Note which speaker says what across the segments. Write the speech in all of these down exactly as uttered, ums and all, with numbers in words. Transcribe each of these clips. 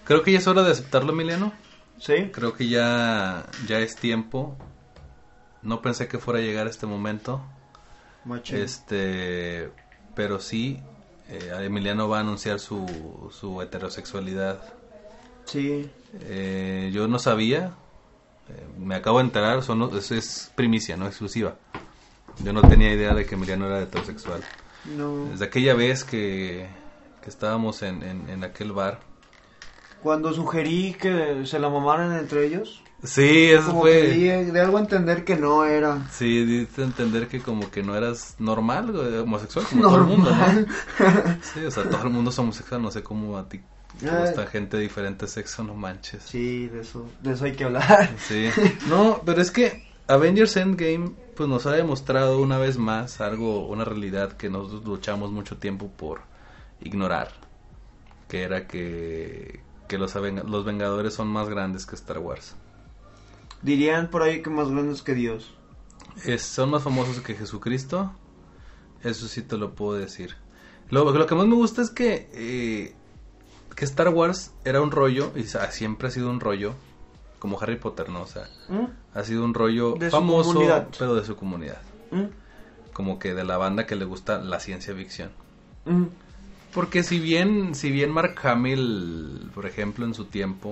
Speaker 1: Creo que ya es hora de aceptarlo, Emiliano.
Speaker 2: Sí.
Speaker 1: Creo que ya, ya es tiempo. No pensé que fuera a llegar este momento.
Speaker 2: Machín.
Speaker 1: Este, pero sí, eh, Emiliano va a anunciar su, su heterosexualidad.
Speaker 2: Sí.
Speaker 1: Eh, yo no sabía, eh, me acabo de enterar, son, es, es primicia, no exclusiva. Yo no tenía idea de que Emiliano era heterosexual.
Speaker 2: No.
Speaker 1: Desde aquella vez que, que estábamos en, en, en aquel bar.
Speaker 2: Cuando sugerí que se la mamaran entre ellos.
Speaker 1: Sí, eso
Speaker 2: como
Speaker 1: fue.
Speaker 2: que di de algo a entender que no era.
Speaker 1: Sí, diste a entender que como que no eras normal, homosexual, como normal. Todo el mundo, ¿no? Sí, o sea, todo el mundo es homosexual, no sé cómo a ti te gusta gente de diferente sexo, no manches.
Speaker 2: Sí, de eso, de eso hay que hablar.
Speaker 1: Sí, no, pero es que Avengers Endgame pues nos ha demostrado una vez más algo, una realidad que nosotros luchamos mucho tiempo por ignorar, que era que, que los, los Vengadores son más grandes que Star Wars.
Speaker 2: Dirían por ahí que más grandes que Dios.
Speaker 1: Es, son más famosos que Jesucristo. Eso sí te lo puedo decir. Lo, lo que más me gusta es que eh, que Star Wars era un rollo, y o sea, siempre ha sido un rollo, como Harry Potter, ¿no? O sea, ¿Mm? ha sido un rollo
Speaker 2: de
Speaker 1: famoso, pero de su comunidad.
Speaker 2: ¿Mm?
Speaker 1: Como que de la banda que le gusta la ciencia ficción.
Speaker 2: ¿Mm?
Speaker 1: Porque si bien, si bien Mark Hamill, por ejemplo, en su tiempo,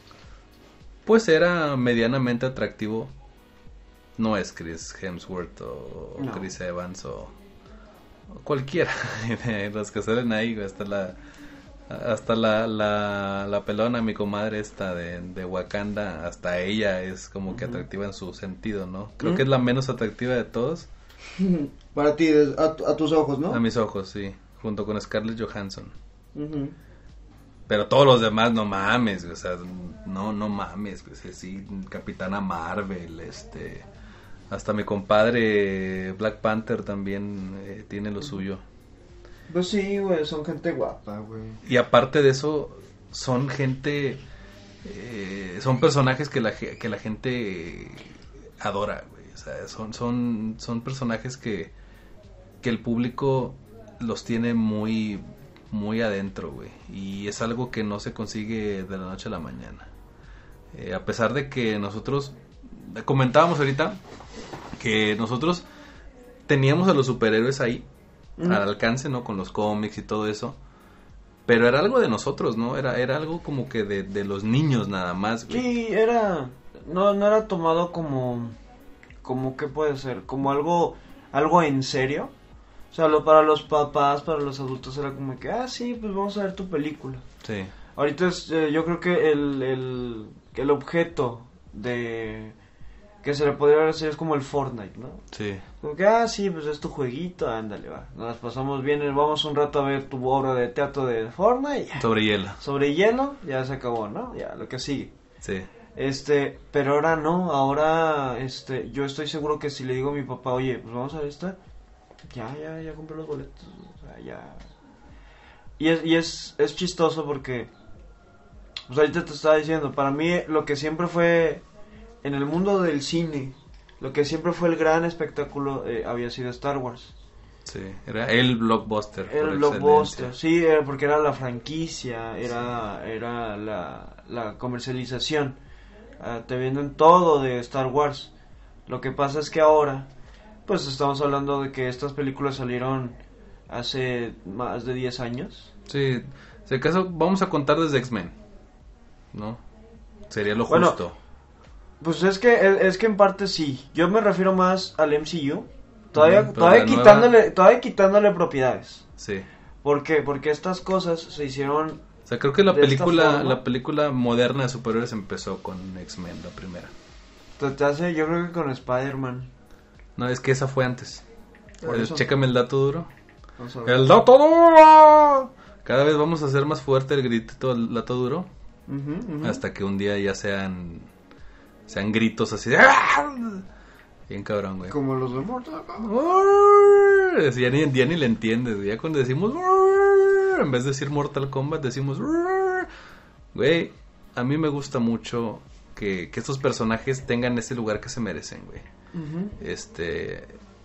Speaker 1: pues era medianamente atractivo, no es Chris Hemsworth o no. Chris Evans o, o cualquiera de los que salen ahí, hasta la hasta la, la, la pelona, mi comadre esta de, de Wakanda, hasta ella es como que atractiva en su sentido, ¿no? Creo uh-huh. que es la menos atractiva de todos.
Speaker 2: Para ti, a, a tus ojos, ¿no?
Speaker 1: A mis ojos, sí, junto con Scarlett Johansson.
Speaker 2: Uh-huh.
Speaker 1: Pero todos los demás, no mames, o sea, no, no mames, pues sí, Capitana Marvel, este, hasta mi compadre Black Panther también eh, tiene lo suyo.
Speaker 2: Pues sí, güey, son gente guapa, güey.
Speaker 1: Y aparte de eso, son gente, eh, son personajes que la, que la gente adora, güey, o sea, son, son, son personajes que, que el público los tiene muy... muy adentro, güey, y es algo que no se consigue de la noche a la mañana. Eh, a pesar de que nosotros comentábamos ahorita que nosotros teníamos a los superhéroes ahí mm. al alcance, ¿no? Con los cómics y todo eso, pero era algo de nosotros, ¿no? Era era algo como que de, de los niños nada más, güey.
Speaker 2: Sí, era no no era tomado como como qué puede ser, como algo algo en serio. O sea, lo, para los papás, para los adultos era como que, ah, sí, pues vamos a ver tu película.
Speaker 1: Sí.
Speaker 2: Ahorita es, eh, yo creo que el, el, el objeto de que se le podría decir es como el Fortnite, ¿no?
Speaker 1: Sí.
Speaker 2: Como que, ah, sí, pues es tu jueguito, ándale, va. Nos pasamos bien, vamos un rato a ver tu obra de teatro de Fortnite. Ya.
Speaker 1: Sobre hielo.
Speaker 2: Sobre hielo, ya se acabó, ¿no? Ya, lo que sigue.
Speaker 1: Sí.
Speaker 2: Este, pero ahora no, ahora, este, yo estoy seguro que si le digo a mi papá, oye, pues vamos a ver esta... Ya, ya, ya compré los boletos, o sea, ya. Y es, y es, es chistoso porque, pues ahorita te estaba diciendo, para mí lo que siempre fue, en el mundo del cine, lo que siempre fue el gran espectáculo eh, había sido Star Wars.
Speaker 1: Sí, era el blockbuster.
Speaker 2: Era el blockbuster, sí, era porque era la franquicia, era, sí. era la, la comercialización. Uh, te venden todo de Star Wars. Lo que pasa es que ahora... Pues estamos hablando de que estas películas salieron hace más de diez años.
Speaker 1: Sí, si acaso vamos a contar desde X-Men, ¿no? Sería lo
Speaker 2: bueno,
Speaker 1: justo.
Speaker 2: Pues es que es que en parte sí. Yo me refiero más al M C U. Todavía mm, todavía quitándole nueva... todavía quitándole propiedades.
Speaker 1: Sí.
Speaker 2: ¿Por qué? Porque estas cosas se hicieron.
Speaker 1: O sea, creo que la película la película moderna de superhéroes empezó con X-Men, la primera.
Speaker 2: Te hace, yo creo que con Spider-Man.
Speaker 1: No, es que esa fue antes. Eh, chécame el dato duro. ¡El dato duro! Cada vez vamos a hacer más fuerte el gritito, el dato duro. Uh-huh, uh-huh. Hasta que un día ya sean sean gritos así de ¡ah! Bien cabrón, güey.
Speaker 2: Como los de Mortal Kombat.
Speaker 1: Ya ni, ya ni le entiendes, güey. Ya cuando decimos en vez de decir Mortal Kombat decimos güey, a mí me gusta mucho que, que estos personajes tengan ese lugar que se merecen, güey. Uh-huh. Este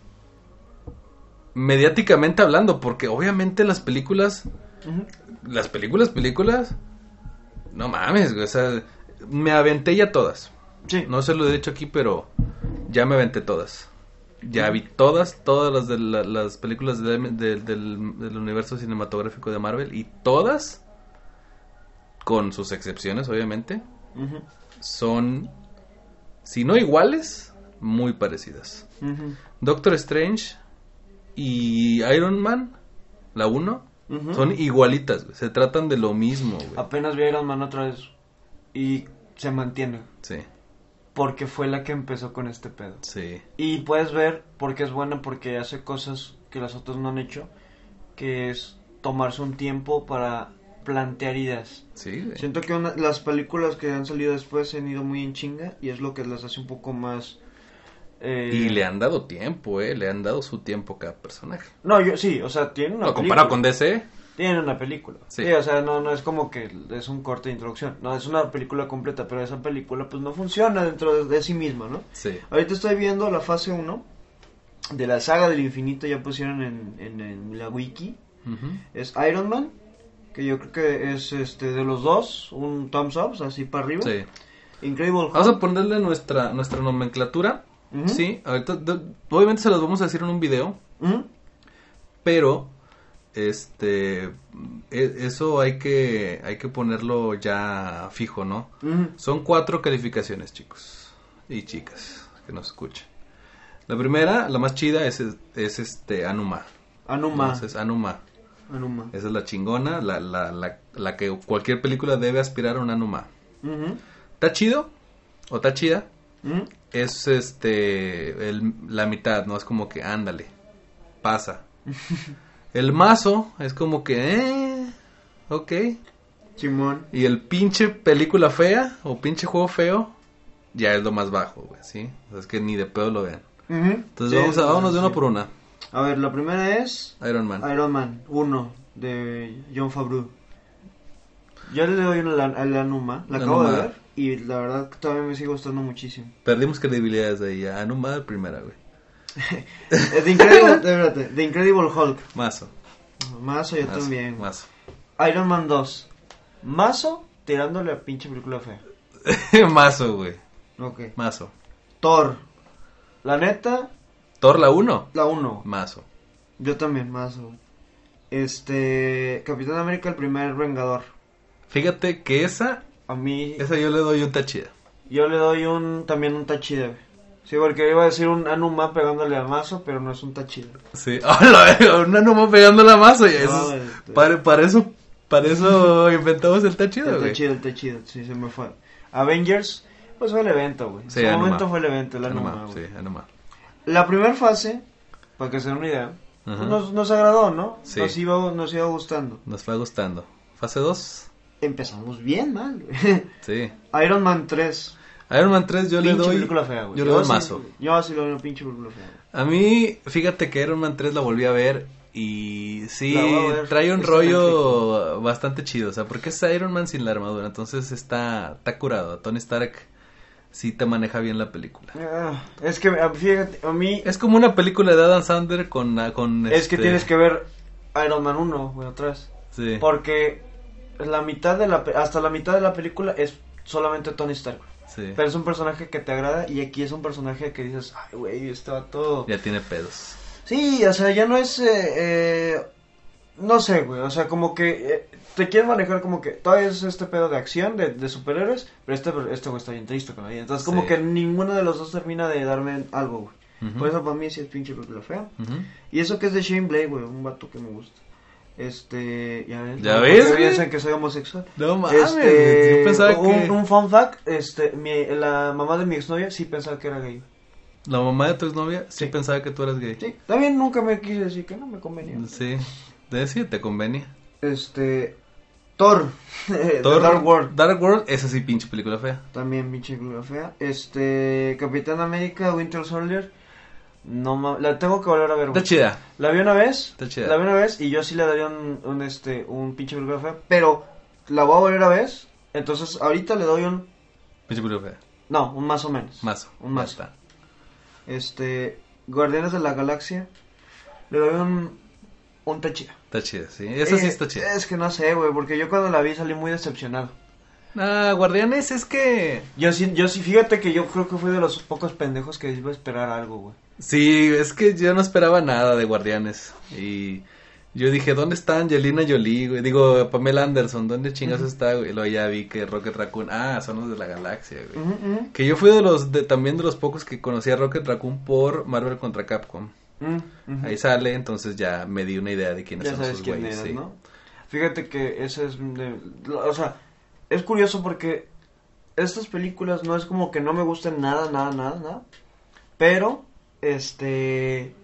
Speaker 1: mediáticamente hablando, porque obviamente las películas uh-huh. las películas películas No mames, güey, o sea, me aventé ya todas.
Speaker 2: Sí.
Speaker 1: No se lo he dicho aquí, pero ya me aventé todas. Ya vi todas, todas las de la, las películas de, de, del, del universo cinematográfico de Marvel. Y todas, con sus excepciones, obviamente,
Speaker 2: Uh-huh.
Speaker 1: son, si no iguales, muy parecidas.
Speaker 2: Uh-huh.
Speaker 1: Doctor Strange y Iron Man, la uno,
Speaker 2: Uh-huh.
Speaker 1: son igualitas, güey. Se tratan de lo mismo, güey.
Speaker 2: Apenas vi Iron Man otra vez y se mantiene.
Speaker 1: Sí,
Speaker 2: Porque fue la que empezó con este pedo.
Speaker 1: sí.
Speaker 2: Y puedes ver por qué es buena, porque hace cosas que las otras no han hecho, que es tomarse un tiempo para plantear ideas.
Speaker 1: Sí, güey.
Speaker 2: Siento que una- las películas que han salido después se han ido muy en chinga y es lo que las hace un poco más... eh,
Speaker 1: Y le han dado tiempo, eh. Le han dado su tiempo a cada personaje.
Speaker 2: No, yo sí, o sea, tiene una
Speaker 1: No,
Speaker 2: película.
Speaker 1: comparado con D C,
Speaker 2: Tiene una película.
Speaker 1: Sí.
Speaker 2: Sí. O sea, no, no es como que es un corte de introducción. No, es una película completa, pero esa película pues no funciona dentro de, de sí misma, ¿no?
Speaker 1: sí.
Speaker 2: Ahorita estoy viendo la fase uno de la saga del infinito, ya pusieron en, en, en la wiki.
Speaker 1: Ujú.
Speaker 2: Es Iron Man, que yo creo que es este de los dos, un thumbs up, así para arriba.
Speaker 1: Sí.
Speaker 2: Incredible Hulk.
Speaker 1: Vamos a ponerle nuestra nuestra nomenclatura.
Speaker 2: Ujú.
Speaker 1: Sí, ahorita de- obviamente se los vamos a decir en un video,
Speaker 2: Ujú.
Speaker 1: pero este e- eso hay que hay que ponerlo ya fijo, ¿no?
Speaker 2: Ujú.
Speaker 1: Son cuatro calificaciones, chicos y chicas que nos escuchen. La primera, la más chida es es este Anuma.
Speaker 2: Anuma.
Speaker 1: Entonces, Anuma.
Speaker 2: Anuma.
Speaker 1: Esa es la chingona, la, la, la, la que cualquier película debe aspirar a un Anuma.
Speaker 2: Ujú.
Speaker 1: ¿Está chido? ¿O está chida?
Speaker 2: Ujú.
Speaker 1: Es este el, la mitad, ¿no? Es como que ándale, pasa. El mazo es como que, eh, ok.
Speaker 2: Simón.
Speaker 1: Y el pinche película fea o pinche juego feo ya es lo más bajo, güey, ¿sí? O sea, es que ni de pedo lo vean.
Speaker 2: Ujú.
Speaker 1: Entonces
Speaker 2: Sí,
Speaker 1: vamos a, vámonos de
Speaker 2: sí.
Speaker 1: una por una.
Speaker 2: A ver, la primera es
Speaker 1: Iron Man.
Speaker 2: Iron Man uno de John Favreau. Yo le doy una a la Anuma, la
Speaker 1: La
Speaker 2: acabo de
Speaker 1: Anuma.
Speaker 2: ver y la verdad que todavía me sigue gustando muchísimo.
Speaker 1: Perdimos credibilidad desde ahí. Ya, Anuma de primera, güey.
Speaker 2: Eh, The Incredible, espérate, The Incredible Hulk.
Speaker 1: Mazo.
Speaker 2: Mazo yo
Speaker 1: mazo,
Speaker 2: también.
Speaker 1: Mazo.
Speaker 2: Iron Man dos. Mazo tirándole a pinche película fea.
Speaker 1: Mazo, güey.
Speaker 2: Ok.
Speaker 1: Mazo.
Speaker 2: Thor. La neta,
Speaker 1: Thor la uno.
Speaker 2: la uno.
Speaker 1: Mazo.
Speaker 2: Yo también, Mazo. Este, Capitán América, el primer Vengador.
Speaker 1: Fíjate que esa,
Speaker 2: A mí,
Speaker 1: esa yo le doy un tachida.
Speaker 2: yo le doy un, también un Tachida. güey. Sí, porque iba a decir un Anuma pegándole a Mazo, pero no es un Tachida.
Speaker 1: Sí. ¡Hola! Una Anuma pegando la mazo. Y eso
Speaker 2: No,
Speaker 1: es-
Speaker 2: este-
Speaker 1: para, para eso, para eso inventamos el tachida,
Speaker 2: El
Speaker 1: güey.
Speaker 2: Tachida, el Tachida, sí, se me fue. Avengers, pues fue el evento, güey. En
Speaker 1: Sí,
Speaker 2: su
Speaker 1: Anuma.
Speaker 2: momento fue el evento, el Anuma,
Speaker 1: Anuma,
Speaker 2: güey.
Speaker 1: sí, Anuma.
Speaker 2: La primera fase, para que se den una idea, pues
Speaker 1: Ajá.
Speaker 2: nos, nos agradó, ¿no?
Speaker 1: Sí.
Speaker 2: Nos iba, nos iba gustando.
Speaker 1: Nos fue gustando. Fase dos.
Speaker 2: Empezamos bien mal, güey.
Speaker 1: Sí.
Speaker 2: Iron Man tres.
Speaker 1: Iron Man tres yo le
Speaker 2: Pinche
Speaker 1: doy.
Speaker 2: película fea, güey.
Speaker 1: Yo le doy
Speaker 2: sí-
Speaker 1: mazo.
Speaker 2: Yo sí le doy una pinche película fea, güey.
Speaker 1: A mí, fíjate que Iron Man tres la volví a ver y sí,
Speaker 2: La voy a ver.
Speaker 1: trae un
Speaker 2: Está
Speaker 1: rollo bastante chido, o sea, porque es Iron Man sin la armadura, entonces está, está curado. Tony Stark sí te maneja bien la película.
Speaker 2: Ah, es que, ah, fíjate, a mí
Speaker 1: Es como una película de Adam Sandler con... con
Speaker 2: es que
Speaker 1: este,
Speaker 2: tienes que ver Iron Man uno, güey, atrás.
Speaker 1: Sí,
Speaker 2: Porque la mitad de la, pe- hasta la mitad de la película es solamente Tony Stark.
Speaker 1: sí,
Speaker 2: Pero es un personaje que te agrada y aquí es un personaje que dices, ay, güey, este vato...
Speaker 1: ya tiene pedos.
Speaker 2: Sí, o sea, ya no es... Eh, eh, no sé, güey, o sea, como que eh, te quieren manejar como que todavía es este pedo de acción, de, de superhéroes, pero este este güey está bien triste con la vida. Entonces, como
Speaker 1: Sí.
Speaker 2: que ninguno de los dos termina de darme algo, güey.
Speaker 1: Ujú,
Speaker 2: Por eso para mí sí es pinche película fea.
Speaker 1: ujú.
Speaker 2: Y eso que es de Shane Blake, güey, un vato que me gusta. Este, ya ves.
Speaker 1: ¿Ya
Speaker 2: ¿no?
Speaker 1: ves,
Speaker 2: Porque
Speaker 1: güey?
Speaker 2: piensan que soy homosexual.
Speaker 1: No mames,
Speaker 2: Este,
Speaker 1: yo pensaba
Speaker 2: un,
Speaker 1: que
Speaker 2: un fun fact, este, mi, la mamá de mi exnovia sí pensaba que era gay.
Speaker 1: la mamá de tu exnovia sí,
Speaker 2: Sí.
Speaker 1: pensaba que tú eras gay.
Speaker 2: Sí, también nunca me quise decir que no me convenía.
Speaker 1: Sí, de decir, te convenía.
Speaker 2: Este, Thor, de
Speaker 1: Thor,
Speaker 2: Dark World,
Speaker 1: Dark World, esa sí pinche película fea.
Speaker 2: también pinche película fea. Este, Capitán América, Winter Soldier, no ma- la tengo que volver a ver.
Speaker 1: Está
Speaker 2: güey.
Speaker 1: chida.
Speaker 2: La vi una vez,
Speaker 1: Está chida.
Speaker 2: la vi una vez y yo sí le daría un, un este, un pinche película fea, pero la voy a volver a ver, entonces ahorita le doy un,
Speaker 1: Pinche película fea.
Speaker 2: no, un más o menos.
Speaker 1: Mazo.
Speaker 2: Un
Speaker 1: ya
Speaker 2: mazo.
Speaker 1: está.
Speaker 2: Este, Guardianes de la Galaxia, le doy un, un Está chida.
Speaker 1: Está chida, sí. Esa sí
Speaker 2: Eh,
Speaker 1: está chida.
Speaker 2: Es que no sé, güey, porque yo cuando la vi salí muy decepcionado.
Speaker 1: Ah, Guardianes es que...
Speaker 2: Yo sí, yo sí, fíjate que yo creo que fui de los pocos pendejos que iba a esperar algo, güey.
Speaker 1: Sí, es que yo no esperaba nada de Guardianes. Y yo dije, ¿dónde está Angelina Jolie, güey? Digo, Pamela Anderson, ¿dónde chingas uh-huh. está, güey? Y luego ya vi que Rocket Raccoon, ah, son los de la galaxia, güey. Uh-huh, uh-huh. Que yo fui de los, de, también de los pocos que conocía a Rocket Raccoon por Marvel contra Capcom. Uh-huh. Ahí sale, entonces ya me di una idea de quiénes
Speaker 2: ya
Speaker 1: son
Speaker 2: sabes
Speaker 1: sus
Speaker 2: quién
Speaker 1: güeyes,
Speaker 2: eras,
Speaker 1: sí.
Speaker 2: ¿no? Fíjate que ese es, de, o sea, es curioso porque estas películas no es como que no me gusten nada, nada, nada, nada, pero, este,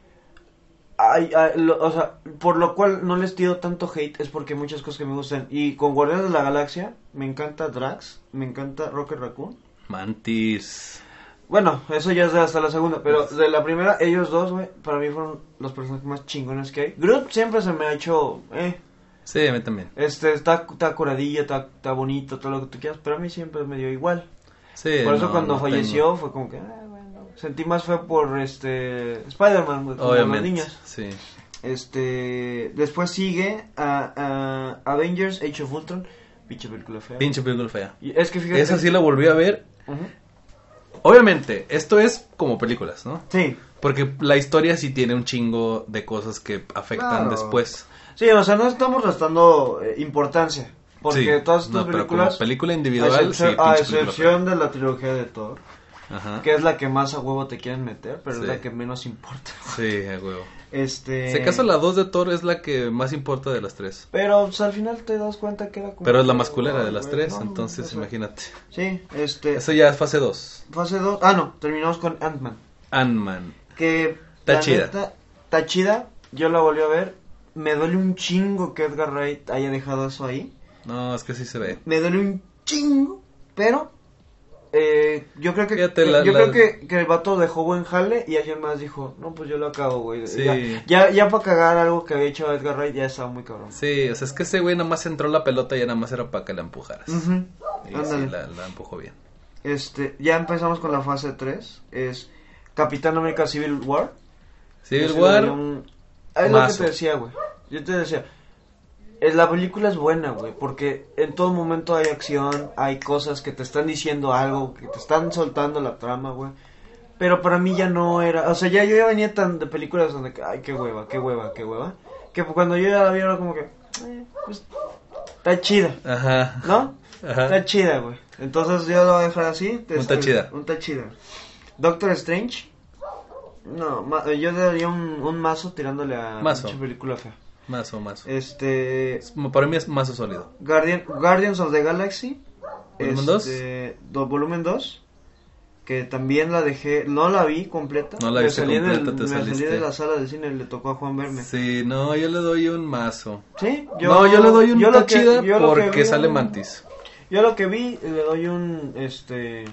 Speaker 2: hay, hay, lo, o sea, por lo cual no les tiro tanto hate es porque hay muchas cosas que me gustan, y con Guardianes de la Galaxia me encanta Drax, me encanta Rocket Raccoon.
Speaker 1: Mantis.
Speaker 2: Bueno, eso ya es de hasta la segunda, pero de la primera, ellos dos, güey, para mí fueron los personajes más chingones que hay. Groot siempre se me ha hecho, eh.
Speaker 1: Sí, a mí también.
Speaker 2: Este, está, está curadilla, está, está bonito, todo lo que tú quieras, pero a mí siempre me dio igual.
Speaker 1: Sí,
Speaker 2: por eso
Speaker 1: no,
Speaker 2: cuando
Speaker 1: no
Speaker 2: falleció
Speaker 1: tengo.
Speaker 2: fue como que, ah, bueno, sentí más fue por, este, Spider-Man, güey, como
Speaker 1: Obviamente,
Speaker 2: los niños.
Speaker 1: sí.
Speaker 2: Este, después sigue a, a Avengers Age of Ultron, pinche película fea.
Speaker 1: Pinche película fea.
Speaker 2: Y es que fíjate.
Speaker 1: Esa sí la volví a ver.
Speaker 2: Uh-huh.
Speaker 1: Obviamente, esto es como películas, ¿no?
Speaker 2: Sí.
Speaker 1: Porque la historia sí tiene un chingo de cosas que afectan
Speaker 2: Claro.
Speaker 1: después.
Speaker 2: Sí, o sea, no estamos restando eh, importancia. Porque
Speaker 1: Sí,
Speaker 2: todas estas
Speaker 1: no, pero
Speaker 2: películas,
Speaker 1: como película individual,
Speaker 2: a excepción,
Speaker 1: sí,
Speaker 2: a
Speaker 1: pinche película
Speaker 2: excepción de la trilogía de Thor,
Speaker 1: Ajá.
Speaker 2: que es la que más a huevo te quieren meter, pero
Speaker 1: Sí.
Speaker 2: es la que menos importa.
Speaker 1: Sí, a huevo.
Speaker 2: Este...
Speaker 1: Si acaso la dos de Thor es la que más importa de las tres.
Speaker 2: Pero pues, al final te das cuenta que era como...
Speaker 1: Pero es la más culera de las
Speaker 2: güey,
Speaker 1: tres,
Speaker 2: no,
Speaker 1: entonces
Speaker 2: o sea,
Speaker 1: imagínate.
Speaker 2: Sí, este...
Speaker 1: Eso ya es fase dos.
Speaker 2: Fase dos... Ah, no, terminamos con Ant-Man.
Speaker 1: Ant-Man.
Speaker 2: Que...
Speaker 1: Está
Speaker 2: la
Speaker 1: chida.
Speaker 2: neta, está chida, yo la volví a ver. Me duele un chingo que Edgar Wright haya dejado eso ahí.
Speaker 1: No, es que sí se ve.
Speaker 2: Me duele un chingo, pero... Eh, yo creo que
Speaker 1: Fíjate, la-
Speaker 2: yo
Speaker 1: la-
Speaker 2: creo que, que el vato dejó buen jale y alguien más dijo, no, pues yo lo acabo, güey.
Speaker 1: Sí.
Speaker 2: Ya, ya, ya para cagar algo que había hecho Edgar Wright ya estaba muy cabrón.
Speaker 1: Sí, o sea, es que ese güey nada más entró la pelota y ya nada más era para que la empujaras.
Speaker 2: Ujú.
Speaker 1: Y
Speaker 2: Ándale.
Speaker 1: sí, la, la empujó bien.
Speaker 2: Este, ya empezamos con la fase tres, es Capitán América Civil War.
Speaker 1: Civil
Speaker 2: Yo sí le
Speaker 1: War,
Speaker 2: doy un- Es lo que
Speaker 1: mazo.
Speaker 2: te decía, güey. Yo te decía, eh, la película es buena, güey, porque en todo momento hay acción, hay cosas que te están diciendo algo, que te están soltando la trama, güey. Pero para mí ya no era, o sea, ya yo ya venía tan de películas donde, ay, qué hueva, qué hueva, qué hueva, que cuando yo ya la vi era como que, eh, pues, está chida,
Speaker 1: Ajá.
Speaker 2: ¿no?
Speaker 1: Ajá.
Speaker 2: Está chida, güey. Entonces yo lo voy a dejar así.
Speaker 1: Un está chida.
Speaker 2: Un está chida. Doctor Strange. No, ma- yo le daría un, un mazo tirándole a
Speaker 1: Mazo.
Speaker 2: mucha película fea.
Speaker 1: Mazo, mazo.
Speaker 2: Este,
Speaker 1: Es- Para mí es mazo sólido.
Speaker 2: Guardian, Guardians of the Galaxy.
Speaker 1: ¿Volumen dos?
Speaker 2: este, do- volumen dos. Que también la dejé, no la vi completa.
Speaker 1: No la
Speaker 2: me
Speaker 1: viste
Speaker 2: salí en el-
Speaker 1: completa, te
Speaker 2: Me salí
Speaker 1: saliste.
Speaker 2: de la sala del cine y le tocó a Juan verme.
Speaker 1: Sí, no, yo le doy un mazo.
Speaker 2: Sí,
Speaker 1: no, yo le doy un
Speaker 2: yo lo que-
Speaker 1: tachida
Speaker 2: yo lo que
Speaker 1: porque
Speaker 2: vi-
Speaker 1: sale Mantis.
Speaker 2: Yo lo que vi, le doy un, este,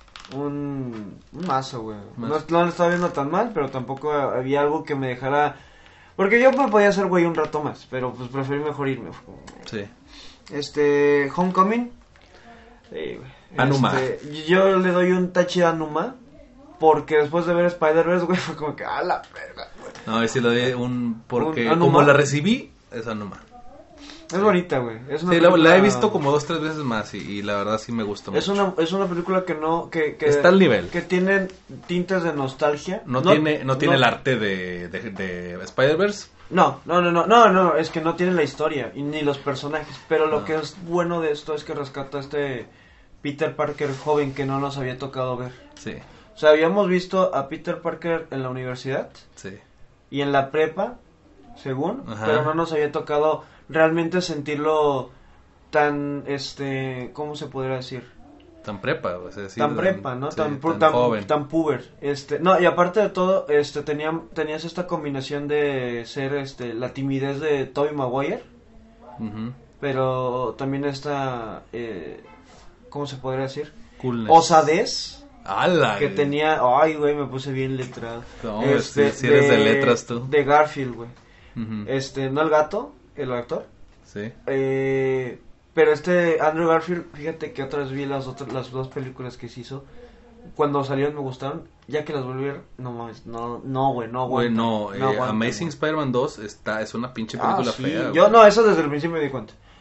Speaker 2: un, un mazo, güey. No,
Speaker 1: Mazo.
Speaker 2: no lo estaba viendo tan mal, pero tampoco había algo que me dejara... Porque yo me podía hacer, güey, un rato más, pero pues preferí mejor irme.
Speaker 1: Sí.
Speaker 2: Este, Homecoming. Sí, güey.
Speaker 1: Anuma.
Speaker 2: Este, yo le doy un tachi a Anuma, porque después de ver Spider-Verse, güey, fue como que, a la verga, güey.
Speaker 1: No, y sí le doy un... Porque
Speaker 2: Un Anuma.
Speaker 1: como la recibí, es Anuma.
Speaker 2: Es bonita, güey. Es una
Speaker 1: Sí, la,
Speaker 2: película-
Speaker 1: la he visto como dos, tres veces más y, y la verdad sí me gusta mucho.
Speaker 2: Es una, es una película que no, que, que
Speaker 1: Está al nivel.
Speaker 2: que tiene tintes de nostalgia.
Speaker 1: No, tiene, no tiene el arte de, de, de Spider-Verse.
Speaker 2: No, no, no, no, no, no, es que no tiene la historia y ni los personajes. Pero lo
Speaker 1: No.
Speaker 2: que es bueno de esto es que rescata a este Peter Parker joven que no nos había tocado ver.
Speaker 1: Sí,
Speaker 2: O sea, habíamos visto a Peter Parker en la universidad
Speaker 1: sí.
Speaker 2: y en la prepa, según,
Speaker 1: Ajá.
Speaker 2: pero no nos había tocado realmente sentirlo tan, este, ¿cómo se podría decir?
Speaker 1: Tan prepa, o sea, sí,
Speaker 2: Tan prepa, ¿no?
Speaker 1: sí,
Speaker 2: tan, pu-
Speaker 1: tan
Speaker 2: tan,
Speaker 1: joven.
Speaker 2: tan puber. Este, no, y aparte de todo, este, tenía, tenías esta combinación de ser, este, la timidez de Tobey Maguire,
Speaker 1: Ujú.
Speaker 2: pero también esta, eh, ¿cómo se podría decir?
Speaker 1: Coolness.
Speaker 2: Osadez
Speaker 1: ¡Hala!
Speaker 2: que
Speaker 1: güey!
Speaker 2: tenía, ay, güey, me puse bien letrado.
Speaker 1: No, sí, sí eres de letras tú.
Speaker 2: De Garfield, güey.
Speaker 1: Ujú.
Speaker 2: Este, no el gato, el actor.
Speaker 1: Sí.
Speaker 2: Eh, pero este Andrew Garfield, fíjate que otra vez vi las otras, las dos películas que se hizo. Cuando salieron me gustaron, ya que las volví a ver, no mames, no, no, güey, no
Speaker 1: Güey,
Speaker 2: aguantan,
Speaker 1: no, eh,
Speaker 2: aguantan,
Speaker 1: Amazing
Speaker 2: güey.
Speaker 1: Spider-Man dos está, es una pinche
Speaker 2: Ah,
Speaker 1: película
Speaker 2: sí,
Speaker 1: fea.
Speaker 2: yo
Speaker 1: güey.
Speaker 2: no, eso desde el principio me di cuenta.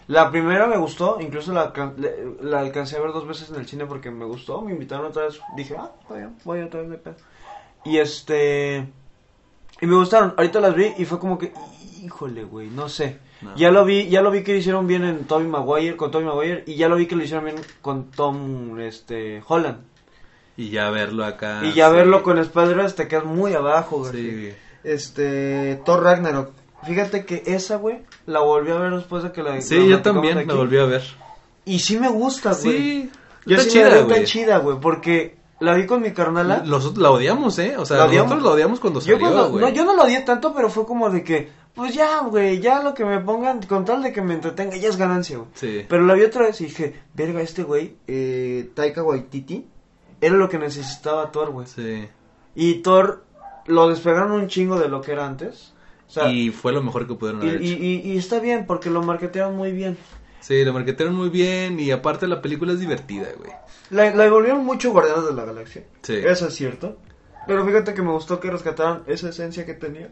Speaker 2: La primera me gustó, incluso la, la alcancé a ver dos veces en el cine porque me gustó, me invitaron otra vez, dije, ah, está bien, voy otra vez de pedo. Y este, y me gustaron, ahorita las vi y fue como que, híjole, güey, no sé. No. Ya lo vi, ya lo vi que lo hicieron bien en Tobey Maguire, con Tobey Maguire, y ya lo vi que lo hicieron bien con Tom, este, Holland.
Speaker 1: Y ya verlo acá.
Speaker 2: Y ya sí. verlo con Spider-Man te quedas muy abajo, güey.
Speaker 1: Sí.
Speaker 2: Este, Thor Ragnarok. Fíjate que esa, güey, la volví a ver después de que la...
Speaker 1: Sí, yo también la volví a ver.
Speaker 2: Y sí me gusta, güey.
Speaker 1: Sí,
Speaker 2: yo
Speaker 1: está
Speaker 2: sí
Speaker 1: chida, güey.
Speaker 2: Está chida, güey, porque la vi con mi carnala.
Speaker 1: Los, la odiamos, ¿eh? O sea, ¿la nosotros odiamos? la odiamos cuando
Speaker 2: yo
Speaker 1: salió, güey.
Speaker 2: No, yo no la odié tanto, pero fue como de que, pues ya, güey, ya lo que me pongan, con tal de que me entretenga, ya es ganancia, güey.
Speaker 1: Sí.
Speaker 2: Pero la vi otra vez y dije, verga, este güey, eh, Taika Waititi, era lo que necesitaba Thor, güey.
Speaker 1: Sí.
Speaker 2: Y Thor lo despegaron un chingo de lo que era antes. O sea,
Speaker 1: y fue lo mejor que pudieron haber
Speaker 2: y,
Speaker 1: hecho.
Speaker 2: Y, y, y está bien, porque lo marketearon muy bien.
Speaker 1: Sí, lo marketearon muy bien y aparte la película es divertida, güey.
Speaker 2: La, la volvieron mucho Guardianes de la Galaxia.
Speaker 1: Sí.
Speaker 2: Eso es cierto. Pero fíjate que me gustó que rescataran esa esencia que tenía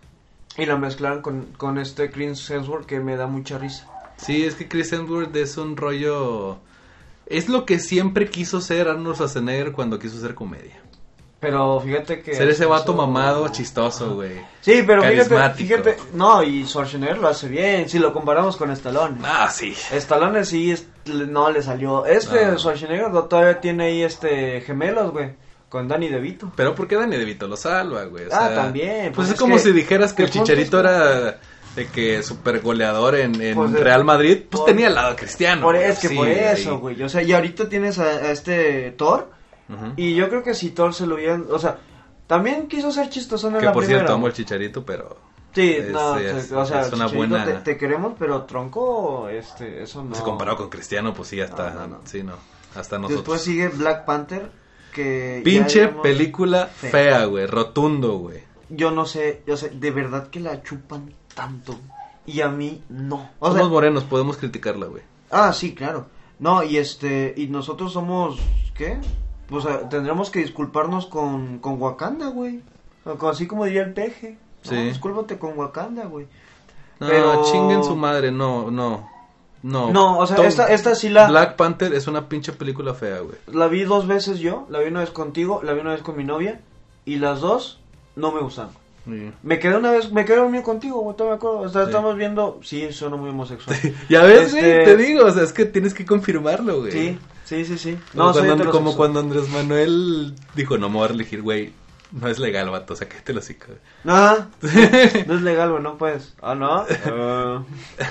Speaker 2: y la mezclaran con, con este Chris Hemsworth que me da mucha risa.
Speaker 1: Sí, es que Chris Hemsworth es un rollo... Es lo que siempre quiso ser Arnold Schwarzenegger cuando quiso ser comedia.
Speaker 2: Pero fíjate que...
Speaker 1: Ser ese vato
Speaker 2: eso...
Speaker 1: mamado, chistoso, güey.
Speaker 2: Sí, pero fíjate, fíjate... No, y Schwarzenegger lo hace bien, si lo comparamos con Stallone.
Speaker 1: Ah, sí.
Speaker 2: Stallone sí, es, no le salió... Este no. Schwarzenegger todavía tiene ahí este gemelos, güey, con Danny DeVito.
Speaker 1: Pero ¿por qué Danny DeVito lo salva, güey? O
Speaker 2: ah,
Speaker 1: sea,
Speaker 2: también.
Speaker 1: Pues, pues es, es como que, si dijeras que el Chicharito era... de que super goleador en, en pues Real Madrid, pues por, tenía al lado a Cristiano.
Speaker 2: Por, es que sí, por eso, güey. O sea, y ahorita tienes a, a este Thor... Uh-huh. Y yo creo que si Thor se lo hubieran... O sea, también quiso ser chistoso en la primera.
Speaker 1: Que por cierto, amo el Chicharito, pero...
Speaker 2: Sí,
Speaker 1: es,
Speaker 2: no,
Speaker 1: es,
Speaker 2: o sea,
Speaker 1: es una buena...
Speaker 2: te, te queremos, pero Tronco, este, eso no...
Speaker 1: Se comparado con Cristiano, pues sí, hasta... No, no, no. Sí, no, hasta nosotros.
Speaker 2: Después sigue Black Panther, que...
Speaker 1: Pinche hemos... película fea, güey, rotundo, güey.
Speaker 2: Yo no sé, yo sé, de verdad que la chupan tanto, y a mí no.
Speaker 1: O Somos sea, morenos, podemos criticarla, güey.
Speaker 2: Ah, sí, claro. No, y este, y nosotros somos, ¿qué? Pues uh, tendremos que disculparnos con, con Wakanda, güey. Así como diría el peje. No, sí. Discúlpate con Wakanda, güey.
Speaker 1: No, Pero... chinguen su madre, no, no. No,
Speaker 2: no o sea, Tom, esta, esta sí la...
Speaker 1: Black Panther es una pinche película fea, güey.
Speaker 2: La vi dos veces yo, la vi una vez contigo, la vi una vez con mi novia. Y las dos no me gustaron. Sí. Me quedé una vez, me quedé dormido contigo, güey, me acuerdo. O sea, sí. Estamos viendo, sí, suena muy homosexual.
Speaker 1: Ya ves, güey, este... te digo, o sea, es que tienes que confirmarlo, güey.
Speaker 2: Sí. Sí, sí, sí.
Speaker 1: No, como, cuando, como cuando Andrés Manuel dijo, no me voy a elegir, güey, no es legal, vato, o sea, que te lo sigo.
Speaker 2: No, no es legal, güey, no puedes. Ah, ¿no? Uh,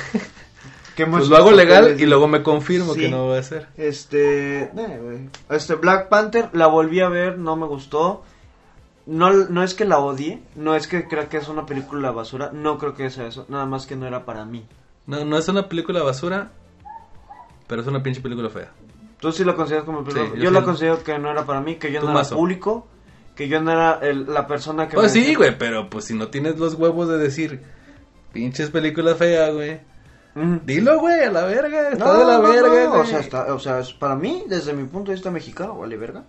Speaker 1: ¿Qué pues lo hago legal y luego me confirmo sí. que no voy a hacer.
Speaker 2: Este, eh, güey. Este, Black Panther, la volví a ver, no me gustó. No, no es que la odie, no es que crea que es una película basura, no creo que sea eso, nada más que no era para mí.
Speaker 1: No, no es una película basura, pero es una pinche película fea.
Speaker 2: ¿Tú sí la consideras como película? Sí, yo yo la considero que no era para mí, que yo no
Speaker 1: mazo.
Speaker 2: Era público, que yo no era el, la persona que...
Speaker 1: Pues me sí, güey, pero pues si no tienes los huevos de decir, pinches películas feas, güey. Uh-huh. Dilo, güey, a la verga, está
Speaker 2: no,
Speaker 1: de la
Speaker 2: no,
Speaker 1: verga,
Speaker 2: no,
Speaker 1: güey.
Speaker 2: O sea, está, o sea, para mí, desde mi punto de vista mexicano, vale verga.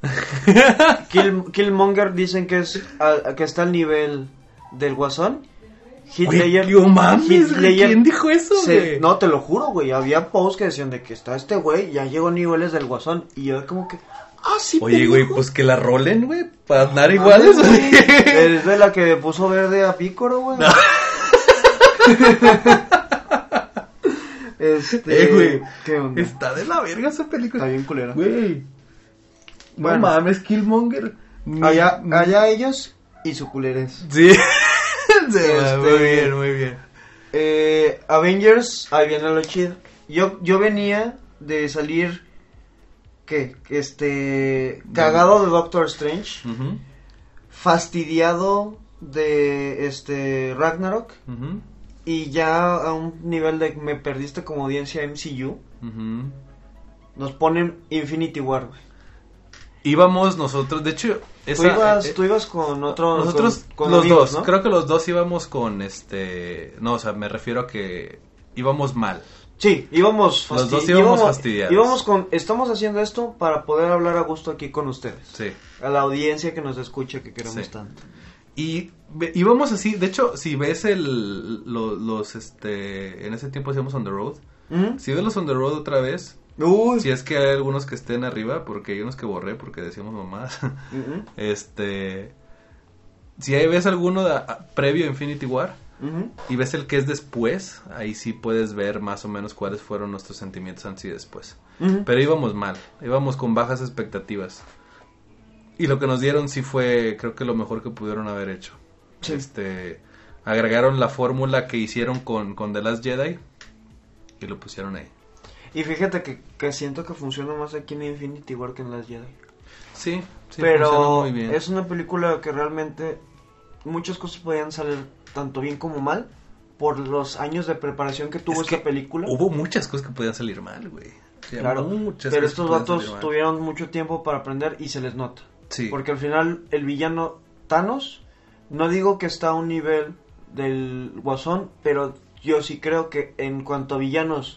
Speaker 2: Kill, Killmonger dicen que es a, que está al nivel del Guasón.
Speaker 1: Hitler, Oye, mames, Hitler, ¿quién dijo eso, güey?
Speaker 2: No, te lo juro, güey. Había posts que decían de que está este güey, ya llegó a niveles del Guasón. Y yo como que, ah, sí,
Speaker 1: oye, güey, pues que la rolen, güey, para andar ah, iguales, güey.
Speaker 2: Es de la que puso verde a Pícoro, güey. No. este,
Speaker 1: eh, güey,
Speaker 2: ¿qué onda?
Speaker 1: Está de la verga esa película.
Speaker 2: Está bien culera.
Speaker 1: Güey. Bueno, no mames, Killmonger.
Speaker 2: Allá, allá ellos y su culerés.
Speaker 1: Sí. Sí, este, muy bien, muy bien.
Speaker 2: Eh, Avengers, ahí viene lo chido. Yo, yo venía de salir, ¿qué? Este, cagado de Doctor Strange, uh-huh. fastidiado de este Ragnarok, uh-huh. y ya a un nivel de me perdiste como audiencia M C U, uh-huh. nos ponen Infinity War, güey.
Speaker 1: Íbamos nosotros, de hecho...
Speaker 2: Esa, tú, ibas, eh, tú ibas con otro...
Speaker 1: Nosotros,
Speaker 2: con, con
Speaker 1: los
Speaker 2: amigos,
Speaker 1: dos, ¿no? Creo que los dos íbamos con este... No, o sea, me refiero a que íbamos mal.
Speaker 2: Sí, íbamos
Speaker 1: fastidiados. Los dos íbamos, íbamos fastidiados.
Speaker 2: Íbamos con... Estamos haciendo esto para poder hablar a gusto aquí con ustedes.
Speaker 1: Sí.
Speaker 2: A la audiencia que nos escucha, que queremos sí. tanto.
Speaker 1: Y ve- íbamos así, de hecho, si ves el lo- los, este, en ese tiempo hacíamos On The Road,
Speaker 2: ¿Mm?
Speaker 1: si ves los On The Road otra vez,
Speaker 2: Uy.
Speaker 1: si es que hay algunos que estén arriba, porque hay unos que borré porque decíamos mamás,
Speaker 2: Ujú,
Speaker 1: este, si ahí ves alguno de- a- previo a Infinity War,
Speaker 2: ujú.
Speaker 1: y ves el que es después, ahí sí puedes ver más o menos cuáles fueron nuestros sentimientos antes y después.
Speaker 2: Ujú.
Speaker 1: Pero íbamos mal, íbamos con bajas expectativas. Y lo que nos dieron sí fue, creo que lo mejor que pudieron haber hecho.
Speaker 2: Sí.
Speaker 1: Este, agregaron la fórmula que hicieron con, con The Last Jedi y lo pusieron ahí.
Speaker 2: Y fíjate que, que siento que funciona más aquí en Infinity War que en las Jedi.
Speaker 1: Sí, sí, funciona
Speaker 2: Pero
Speaker 1: muy bien.
Speaker 2: es una película que realmente muchas cosas podían salir tanto bien como mal por los años de preparación que tuvo
Speaker 1: Es
Speaker 2: esta
Speaker 1: que
Speaker 2: película.
Speaker 1: Hubo muchas cosas que podían salir mal, güey. Sí,
Speaker 2: Claro,
Speaker 1: muchas
Speaker 2: pero
Speaker 1: cosas
Speaker 2: estos
Speaker 1: que podían
Speaker 2: vatos
Speaker 1: salir mal.
Speaker 2: tuvieron mucho tiempo para aprender y se les nota.
Speaker 1: Sí.
Speaker 2: Porque al final el villano Thanos, no digo que está a un nivel del Guasón, pero yo sí creo que en cuanto a villanos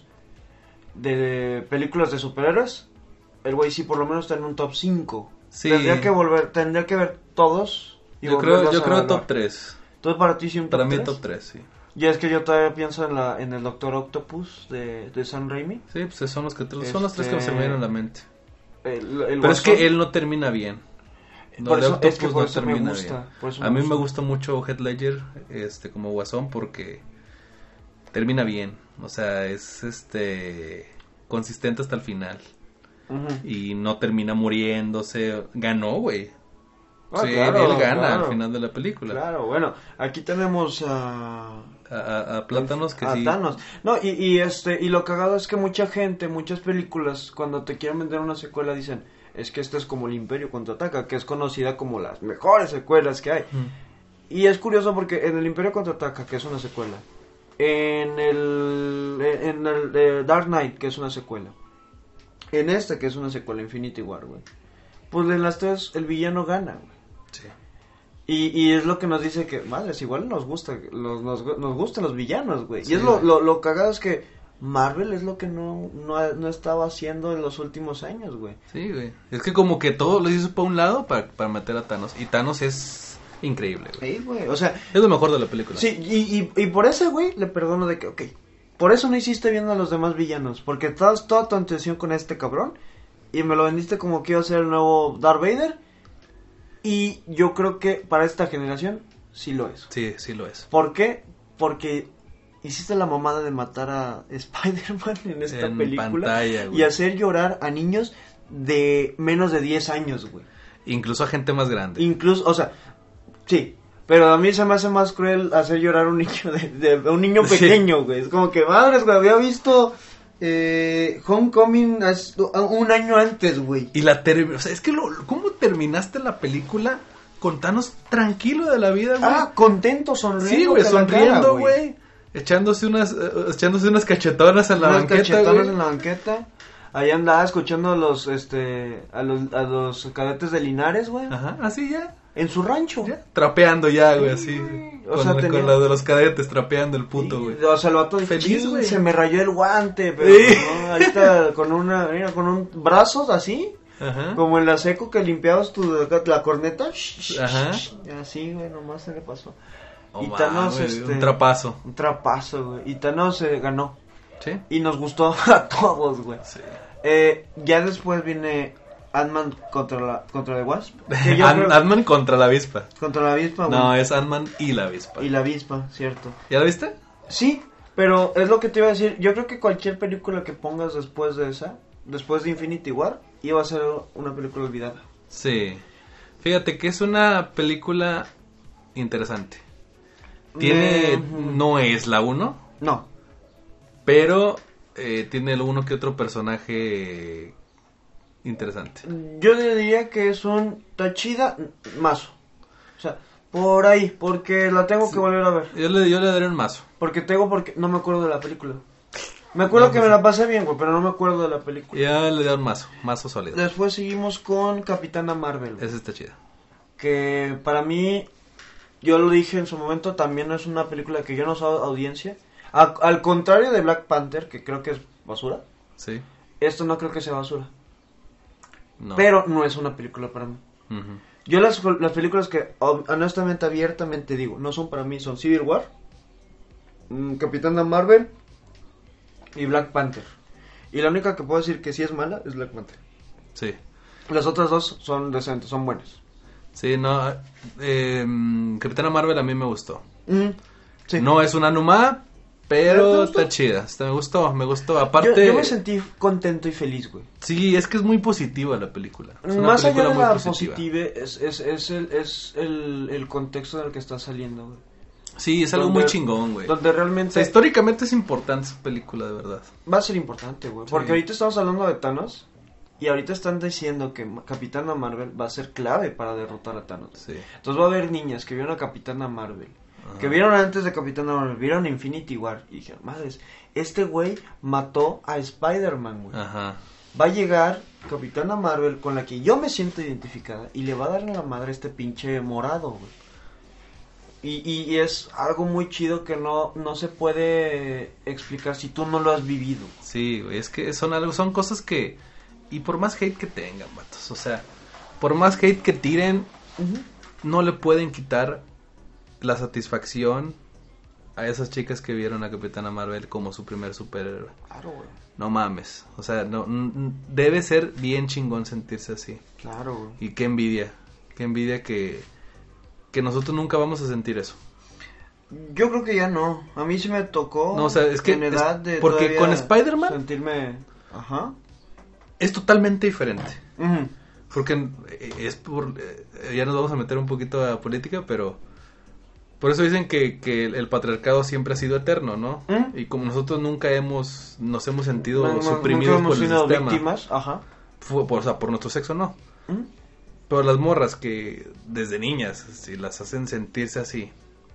Speaker 2: de películas de superhéroes, el güey sí por lo menos está en un top cinco.
Speaker 1: Sí.
Speaker 2: Tendría que volver, tendría que ver todos y
Speaker 1: Yo creo,
Speaker 2: volverlos
Speaker 1: yo
Speaker 2: a
Speaker 1: creo
Speaker 2: evaluar.
Speaker 1: top tres.
Speaker 2: Entonces para ti sí un top
Speaker 1: Para mí
Speaker 2: tres?
Speaker 1: top tres, sí.
Speaker 2: Y es que yo todavía pienso en la en el Doctor Octopus de, de Sam Raimi.
Speaker 1: Sí, pues son los, que, son los tres que me se
Speaker 2: Este,
Speaker 1: me vienen a la mente.
Speaker 2: El, el
Speaker 1: Pero es
Speaker 2: Guasón.
Speaker 1: que él no termina bien. No,
Speaker 2: Por
Speaker 1: de
Speaker 2: eso-
Speaker 1: Octopus
Speaker 2: es que por
Speaker 1: no
Speaker 2: eso me
Speaker 1: termina
Speaker 2: gusta,
Speaker 1: bien.
Speaker 2: por eso
Speaker 1: A
Speaker 2: me
Speaker 1: mí me
Speaker 2: gusta.
Speaker 1: gusta mucho Heath Ledger este, como Guasón porque termina bien. O sea, es este consistente hasta el final.
Speaker 2: Ujú.
Speaker 1: Y no termina muriéndose. Ganó, güey.
Speaker 2: Ah,
Speaker 1: Sí,
Speaker 2: claro,
Speaker 1: él gana
Speaker 2: claro.
Speaker 1: al final de la película.
Speaker 2: Claro, bueno, aquí tenemos a...
Speaker 1: A, a- a Plátanos que
Speaker 2: a
Speaker 1: sí.
Speaker 2: Thanos. No, y, y este y lo cagado es que mucha gente, muchas películas, cuando te quieren vender una secuela dicen, es que esta es como el Imperio Contraataca, que es conocida como las mejores secuelas que hay.
Speaker 1: Mm.
Speaker 2: Y es curioso porque en el Imperio Contraataca, que es una secuela, en el en el eh, Dark Knight, que es una secuela, en esta que es una secuela, Infinity War, güey, pues en las tres el villano gana, güey.
Speaker 1: Sí.
Speaker 2: Y, y es lo que nos dice que, madres, igual nos gusta, nos, nos, nos gustan los villanos, güey.
Speaker 1: Sí,
Speaker 2: y es lo,
Speaker 1: güey.
Speaker 2: lo, lo cagado es que Marvel es lo que no, no, ha- no estaba haciendo en los últimos años, güey.
Speaker 1: Sí, güey. Es que como que todo lo hizo para un lado para, para meter a Thanos. Y Thanos es increíble, güey.
Speaker 2: Sí, güey, o sea,
Speaker 1: Es lo mejor de la película.
Speaker 2: sí, y, y, y por ese, güey, le perdono de que, ok, por eso no hiciste bien a los demás villanos, porque estabas toda tu atención con este cabrón, y me lo vendiste como que iba a ser el nuevo Darth Vader, y yo creo que para esta generación sí lo es.
Speaker 1: Sí, sí lo es.
Speaker 2: ¿Por qué? Porque hiciste la mamada de matar a Spider-Man en esta
Speaker 1: En
Speaker 2: película
Speaker 1: pantalla, güey.
Speaker 2: y hacer llorar a niños de menos de diez años, güey.
Speaker 1: Incluso a gente más grande.
Speaker 2: Incluso, o sea, sí, pero a mí se me hace más cruel hacer llorar a un niño de, de- de un niño
Speaker 1: Sí.
Speaker 2: pequeño, güey. Es como que, madres, güey, había visto eh, Homecoming hace- un año antes, güey.
Speaker 1: Y la ter... O sea, es que lo... ¿Cómo terminaste la película con Thanos tranquilo de la vida, güey?
Speaker 2: Ah, contento, sonriendo.
Speaker 1: sí, güey,
Speaker 2: de la cara,
Speaker 1: sonriendo, güey. Echándose unas, eh, echándose unas cachetonas en la
Speaker 2: Unas
Speaker 1: banqueta,
Speaker 2: cachetonas
Speaker 1: güey.
Speaker 2: en la banqueta. Ahí andaba escuchando a los, este, a los, a los cadetes de Linares, güey.
Speaker 1: Ajá, así ya.
Speaker 2: En su rancho.
Speaker 1: Ya. Trapeando ya, güey,
Speaker 2: Sí,
Speaker 1: así.
Speaker 2: güey. O
Speaker 1: Con,
Speaker 2: sea,
Speaker 1: la-
Speaker 2: tenía-
Speaker 1: con la de los cadetes trapeando el puto,
Speaker 2: Sí,
Speaker 1: güey.
Speaker 2: o sea, el vato dijo,
Speaker 1: Feliz,
Speaker 2: "Chin,
Speaker 1: güey".
Speaker 2: se me rayó el guante, pero
Speaker 1: Sí.
Speaker 2: no, ahí está, con una, mira, con un brazos así,
Speaker 1: Ajá.
Speaker 2: como en la seco que limpiabas tu, la corneta,
Speaker 1: Ajá.
Speaker 2: así, güey, nomás se le pasó.
Speaker 1: Oh,
Speaker 2: y Thanos,
Speaker 1: mames,
Speaker 2: este,
Speaker 1: un trapazo.
Speaker 2: un trapazo, güey, y Thanos se ganó,
Speaker 1: Sí.
Speaker 2: y nos gustó a todos, güey.
Speaker 1: Sí.
Speaker 2: Eh, ya después viene Ant-Man contra la contra The Wasp. Que yo
Speaker 1: Ant-
Speaker 2: creo-
Speaker 1: Ant-Man contra la avispa.
Speaker 2: contra la avispa, güey.
Speaker 1: No, es Ant-Man y la avispa.
Speaker 2: Y la avispa, cierto.
Speaker 1: ¿Ya la viste?
Speaker 2: Sí, pero es lo que te iba a decir. Yo creo que cualquier película que pongas después de esa, después de Infinity War, iba a ser una película olvidada.
Speaker 1: Sí. Fíjate que es una película interesante. Tiene...
Speaker 2: Me-
Speaker 1: No es la uno,
Speaker 2: No.
Speaker 1: pero eh, tiene el uno que otro personaje interesante.
Speaker 2: Yo le diría que es un Tachida mazo. O sea, por ahí, porque la tengo que volver a ver.
Speaker 1: Yo le, yo le daré un mazo.
Speaker 2: Porque tengo porque no me acuerdo de la película. Me acuerdo
Speaker 1: No,
Speaker 2: que
Speaker 1: pues
Speaker 2: me
Speaker 1: sí.
Speaker 2: la pasé bien, güey, pero no me acuerdo de la película.
Speaker 1: Ya le daré un mazo, mazo sólido.
Speaker 2: Después seguimos con Capitana Marvel, güey,
Speaker 1: Esa está chida.
Speaker 2: que para mí, yo lo dije en su momento, también no es una película que yo no soy audiencia. A- al contrario de Black Panther, que creo que es basura,
Speaker 1: Sí.
Speaker 2: esto no creo que sea basura.
Speaker 1: No.
Speaker 2: Pero no es una película para mí.
Speaker 1: Ujú.
Speaker 2: Yo las, las películas que honestamente, abiertamente digo, no son para mí, son Civil War, Capitana Marvel y Black Panther. Y la única que puedo decir que sí es mala es Black Panther.
Speaker 1: Sí.
Speaker 2: Las otras dos son decentes, son buenas.
Speaker 1: Sí, no, eh, Capitana Marvel a mí me gustó.
Speaker 2: Mm, sí.
Speaker 1: No es una Numa, pero
Speaker 2: ¿Te
Speaker 1: está chida, está, me gustó, me gustó. Aparte,
Speaker 2: yo, yo me sentí contento y feliz, güey.
Speaker 1: Sí, es que es muy positiva la película. Es una
Speaker 2: Más
Speaker 1: película
Speaker 2: allá de
Speaker 1: muy
Speaker 2: la
Speaker 1: positiva.
Speaker 2: positiva, es, es, es, el, es el, el contexto en el que está saliendo, güey.
Speaker 1: Sí, es algo
Speaker 2: Donde-
Speaker 1: muy chingón, güey.
Speaker 2: Donde
Speaker 1: O
Speaker 2: realmente
Speaker 1: sea, históricamente es importante esa película, de verdad.
Speaker 2: va a ser importante, güey. Porque
Speaker 1: Sí.
Speaker 2: ahorita estamos hablando de Thanos. Y ahorita están diciendo que Capitana Marvel va a ser clave para derrotar a Thanos.
Speaker 1: Sí.
Speaker 2: Entonces va a haber niñas que vieron a Capitana Marvel,
Speaker 1: Ajá.
Speaker 2: que vieron antes de Capitana Marvel, vieron Infinity War y dijeron, madres, este güey mató a Spider-Man, güey.
Speaker 1: Ajá.
Speaker 2: Va a llegar Capitana Marvel con la que yo me siento identificada y le va a dar en la madre a este pinche morado, güey. Y, y, y es algo muy chido que no, no se puede explicar si tú no lo has vivido.
Speaker 1: Sí, güey, es que son algo, son cosas que... Y por más hate que tengan, vatos, o sea, por más hate que tiren,
Speaker 2: Uh-huh.
Speaker 1: no le pueden quitar la satisfacción a esas chicas que vieron a Capitana Marvel como su primer superhéroe.
Speaker 2: Claro, güey.
Speaker 1: No mames, o sea, no n- n- debe ser bien chingón sentirse así.
Speaker 2: Claro, güey.
Speaker 1: Y qué envidia, qué envidia que, que nosotros nunca vamos a sentir eso.
Speaker 2: Yo creo que ya no. A mí sí me tocó.
Speaker 1: No, o sea, es que
Speaker 2: en edad
Speaker 1: es-
Speaker 2: de
Speaker 1: porque
Speaker 2: todavía
Speaker 1: con Spider-Man-
Speaker 2: sentirme. Ajá.
Speaker 1: Es totalmente diferente.
Speaker 2: Ujú.
Speaker 1: Porque eh, es por... eh, ya nos vamos a meter un poquito a política, pero... Por eso dicen que, que el, el patriarcado siempre ha sido eterno, ¿no?
Speaker 2: ¿Mm?
Speaker 1: Y como nosotros nunca hemos... Nos hemos sentido
Speaker 2: No, no,
Speaker 1: suprimidos
Speaker 2: nunca
Speaker 1: por
Speaker 2: hemos
Speaker 1: el
Speaker 2: sido
Speaker 1: sistema.
Speaker 2: víctimas. Ajá.
Speaker 1: Fue por, o sea, por nuestro sexo, no.
Speaker 2: ¿Mm?
Speaker 1: Pero las morras que desde niñas, si las hacen sentirse así,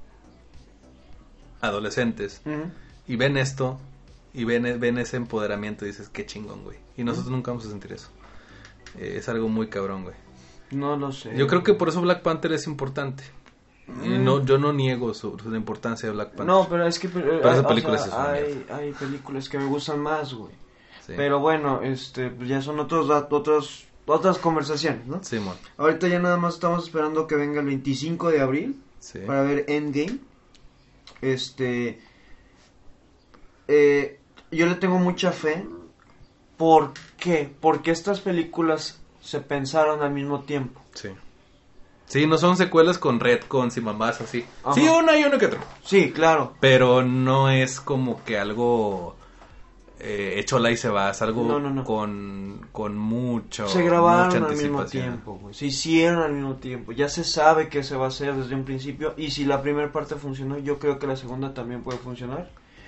Speaker 1: adolescentes,
Speaker 2: Ujú.
Speaker 1: y ven esto, y ven, ven ese empoderamiento, y dices, qué chingón, güey. Y nosotros nunca vamos a sentir eso. Eh, es algo muy cabrón, güey.
Speaker 2: No lo sé.
Speaker 1: Yo creo que por eso Black Panther es importante. Y
Speaker 2: Mm.
Speaker 1: no, yo no niego su, su- la importancia de Black Panther.
Speaker 2: No, pero es que. Pero,
Speaker 1: Pero esa
Speaker 2: o
Speaker 1: película
Speaker 2: sea,
Speaker 1: sí es una
Speaker 2: hay, hay películas que me gustan más, güey.
Speaker 1: Sí.
Speaker 2: Pero bueno, este, pues ya son otros datos, otros, otras conversaciones, ¿no?
Speaker 1: Simón,
Speaker 2: Ahorita ya nada más estamos esperando que venga el veinticinco de abril
Speaker 1: sí.
Speaker 2: para ver Endgame. Este, eh, yo le tengo mucha fe. ¿Por qué? Porque estas películas se pensaron al mismo tiempo.
Speaker 1: Sí. Sí, no son secuelas con retcons y mamás así.
Speaker 2: Ajá.
Speaker 1: Sí, una y uno que otro.
Speaker 2: Sí, claro.
Speaker 1: Pero no es como que algo eh, hecho la y se va. Es algo
Speaker 2: No, no, no.
Speaker 1: con con mucho
Speaker 2: Se grabaron
Speaker 1: mucha
Speaker 2: al mismo
Speaker 1: anticipación.
Speaker 2: tiempo, güey. Se hicieron al mismo tiempo. Ya se sabe que se va a hacer desde un principio. Y si la primera parte funcionó, yo creo que la segunda también puede funcionar.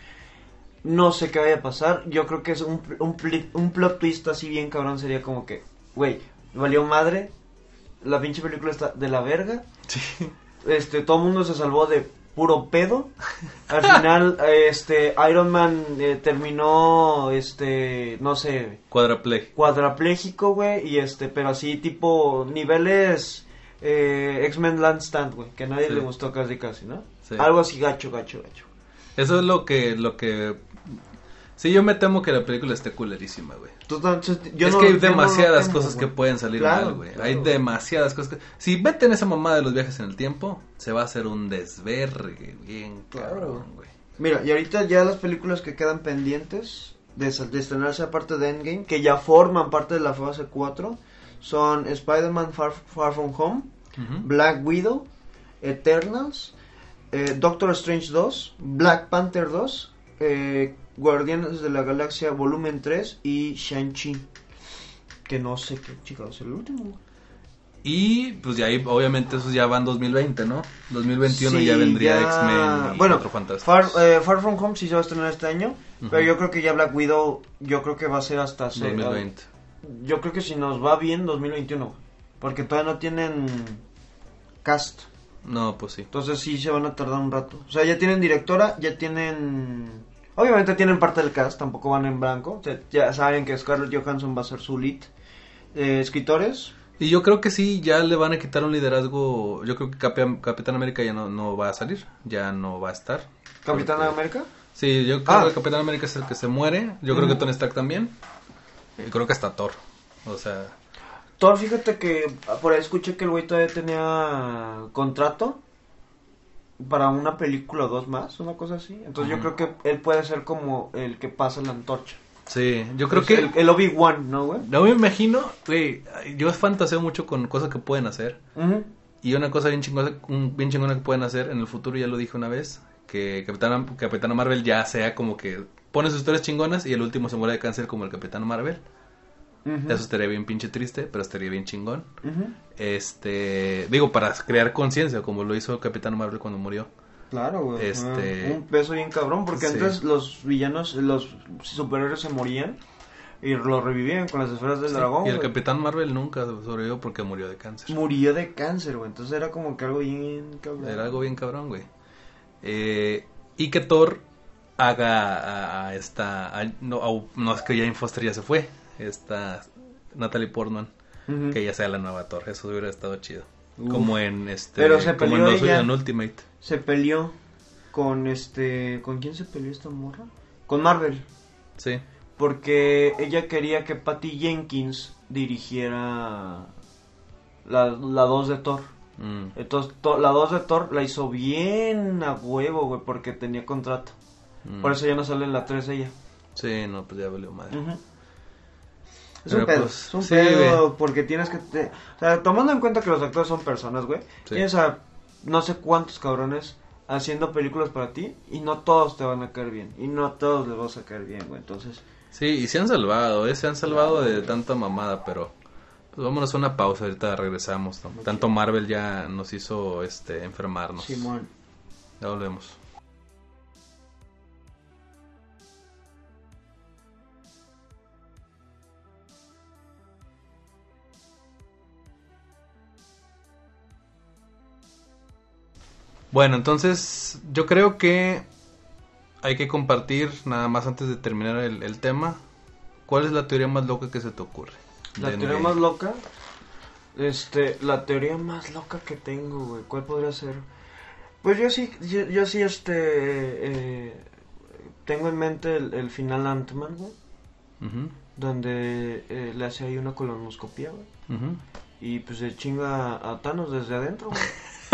Speaker 2: No sé qué vaya a pasar. Yo creo que es un, un, pli- un plot twist así bien cabrón. Sería como que, güey, valió madre. La pinche película está de la verga.
Speaker 1: Sí.
Speaker 2: Este, todo el mundo se salvó de puro pedo. Al final, este, Iron Man eh, terminó, este, no sé,
Speaker 1: Cuadraplay.
Speaker 2: cuadrapléjico, güey, y este, pero así tipo niveles eh, X-Men Land Stand, güey, que a nadie
Speaker 1: Sí.
Speaker 2: le gustó casi casi, ¿no?
Speaker 1: Sí.
Speaker 2: Algo así gacho, gacho, gacho.
Speaker 1: Eso es lo que lo que sí, yo me temo que la película esté culerísima, güey.
Speaker 2: Tú tan- yo
Speaker 1: Es
Speaker 2: no-
Speaker 1: que hay
Speaker 2: yo no lo
Speaker 1: demasiadas
Speaker 2: temo,
Speaker 1: cosas
Speaker 2: güey.
Speaker 1: que pueden salir
Speaker 2: Claro,
Speaker 1: mal, güey.
Speaker 2: claro.
Speaker 1: Hay demasiadas cosas que... Si meten esa mamada de los viajes en el tiempo, se va a hacer un desvergue bien
Speaker 2: Claro.
Speaker 1: cabrón, güey.
Speaker 2: Mira, y ahorita ya las películas que quedan pendientes de, sal- de estrenarse aparte de Endgame, que ya forman parte de la fase cuatro, son Spider-Man Far, Far From Home,
Speaker 1: Ujú.
Speaker 2: Black Widow, Eternals, eh, Doctor Strange dos, Black Panther dos, eh, Guardianes de la Galaxia Volumen tres y Shang-Chi. Que no sé qué chicos es el último.
Speaker 1: Y pues ya ahí, obviamente, esos ya van dos mil veinte, ¿no? dos mil veintiuno
Speaker 2: Sí,
Speaker 1: ya vendría
Speaker 2: ya-
Speaker 1: X-Men y
Speaker 2: bueno,
Speaker 1: Cuatro Fantásticos.
Speaker 2: Far, eh, Far From Home sí se va a estrenar este año,
Speaker 1: Ujú.
Speaker 2: pero yo creo que ya Black Widow, yo creo que va a ser hasta... se-
Speaker 1: dos mil veinte.
Speaker 2: Yo creo que si nos va bien, dos mil veintiuno, porque todavía no tienen cast.
Speaker 1: No, pues sí.
Speaker 2: Entonces sí se van a tardar un rato. O sea, ya tienen directora, ya tienen... Obviamente tienen parte del cast, tampoco van en blanco. O sea, ya saben que Scarlett Johansson va a ser su lead. Eh, escritores.
Speaker 1: Y yo creo que sí, ya le van a quitar un liderazgo. Yo creo que Capi- Capitán América ya no, no va a salir, ya no va a estar.
Speaker 2: Capitán
Speaker 1: Porque-
Speaker 2: América.
Speaker 1: Sí, yo creo
Speaker 2: Ah.
Speaker 1: que Capitán América es el que se muere. Yo creo que
Speaker 2: Ujú.
Speaker 1: Tony Stark también. Y creo que hasta Thor. O sea,
Speaker 2: Thor, fíjate que por ahí escuché que el güey todavía tenía contrato para una película o dos más, una cosa así. Entonces uh-huh. yo creo que él puede ser como el que pasa la antorcha.
Speaker 1: Sí, yo creo
Speaker 2: es
Speaker 1: que...
Speaker 2: El, el Obi-Wan, ¿no, güey?
Speaker 1: No me imagino, güey, yo fantaseo mucho con cosas que pueden hacer.
Speaker 2: Uh-huh.
Speaker 1: Y una cosa bien chingona, bien chingona que pueden hacer en el futuro, ya lo dije una vez, que Capitana, Capitana Marvel ya sea como que pone sus historias chingonas y el último se muere de cáncer como el Capitán Marvel. Uh-huh. Eso estaría bien pinche triste, pero estaría bien chingón.
Speaker 2: Uh-huh.
Speaker 1: Este, digo, para crear conciencia, como lo hizo el Capitán Marvel cuando murió.
Speaker 2: Claro, güey.
Speaker 1: Este...
Speaker 2: Un peso bien cabrón, porque sí. Antes los villanos, los superhéroes se morían y lo revivían con las esferas del sí. dragón.
Speaker 1: Y el
Speaker 2: güey.
Speaker 1: Capitán Marvel nunca sobrevivió porque murió de cáncer.
Speaker 2: Murió de cáncer, güey. Entonces era como que algo bien cabrón.
Speaker 1: Era algo bien cabrón, güey. Eh, y que Thor haga a, a esta... A, no, a, no, es que Jane Foster ya se fue. Esta Natalie Portman. Uh-huh. Que ella sea la nueva Thor. Eso hubiera estado chido. Uf. Como en este...
Speaker 2: Pero se peleó
Speaker 1: como en, los,
Speaker 2: ella.
Speaker 1: en Ultimate.
Speaker 2: Se peleó con este... ¿Con quién se peleó esta morra? Con Marvel.
Speaker 1: Sí.
Speaker 2: Porque ella quería que Patty Jenkins dirigiera la, la dos de Thor. Mm. Entonces to, la dos de Thor la hizo bien a huevo, güey, porque tenía contrato. Mm. Por eso ya no sale en la tres ella.
Speaker 1: Sí, no, pues ya valió madre.
Speaker 2: Uh-huh. Es
Speaker 1: Pero
Speaker 2: un pedo,
Speaker 1: pues,
Speaker 2: es un
Speaker 1: sí,
Speaker 2: pedo,
Speaker 1: güey.
Speaker 2: Porque tienes que... Te, o sea, tomando en cuenta que los actores son personas, güey.
Speaker 1: Sí.
Speaker 2: Tienes a no sé cuántos cabrones haciendo películas para ti y no todos te van a caer bien. Y no a todos les vas a caer bien, güey, entonces...
Speaker 1: Sí, y se han salvado, ¿eh? Se han salvado de tanta mamada, pero... Pues vámonos a una pausa, ahorita regresamos, ¿no? Okay. Tanto Marvel ya nos hizo este enfermarnos.
Speaker 2: Simón.
Speaker 1: Ya volvemos. Bueno, entonces yo creo que hay que compartir, nada más antes de terminar el, el tema, ¿cuál es la teoría más loca que se te ocurre?
Speaker 2: La teoría Endgame. Más loca, este, la teoría más loca que tengo, güey, ¿cuál podría ser? Pues yo sí, yo, yo sí, este, eh, tengo en mente el, el final Ant-Man, güey, uh-huh. donde eh, le hace ahí una colonoscopia, güey, uh-huh. y pues se chinga a Thanos desde adentro, güey.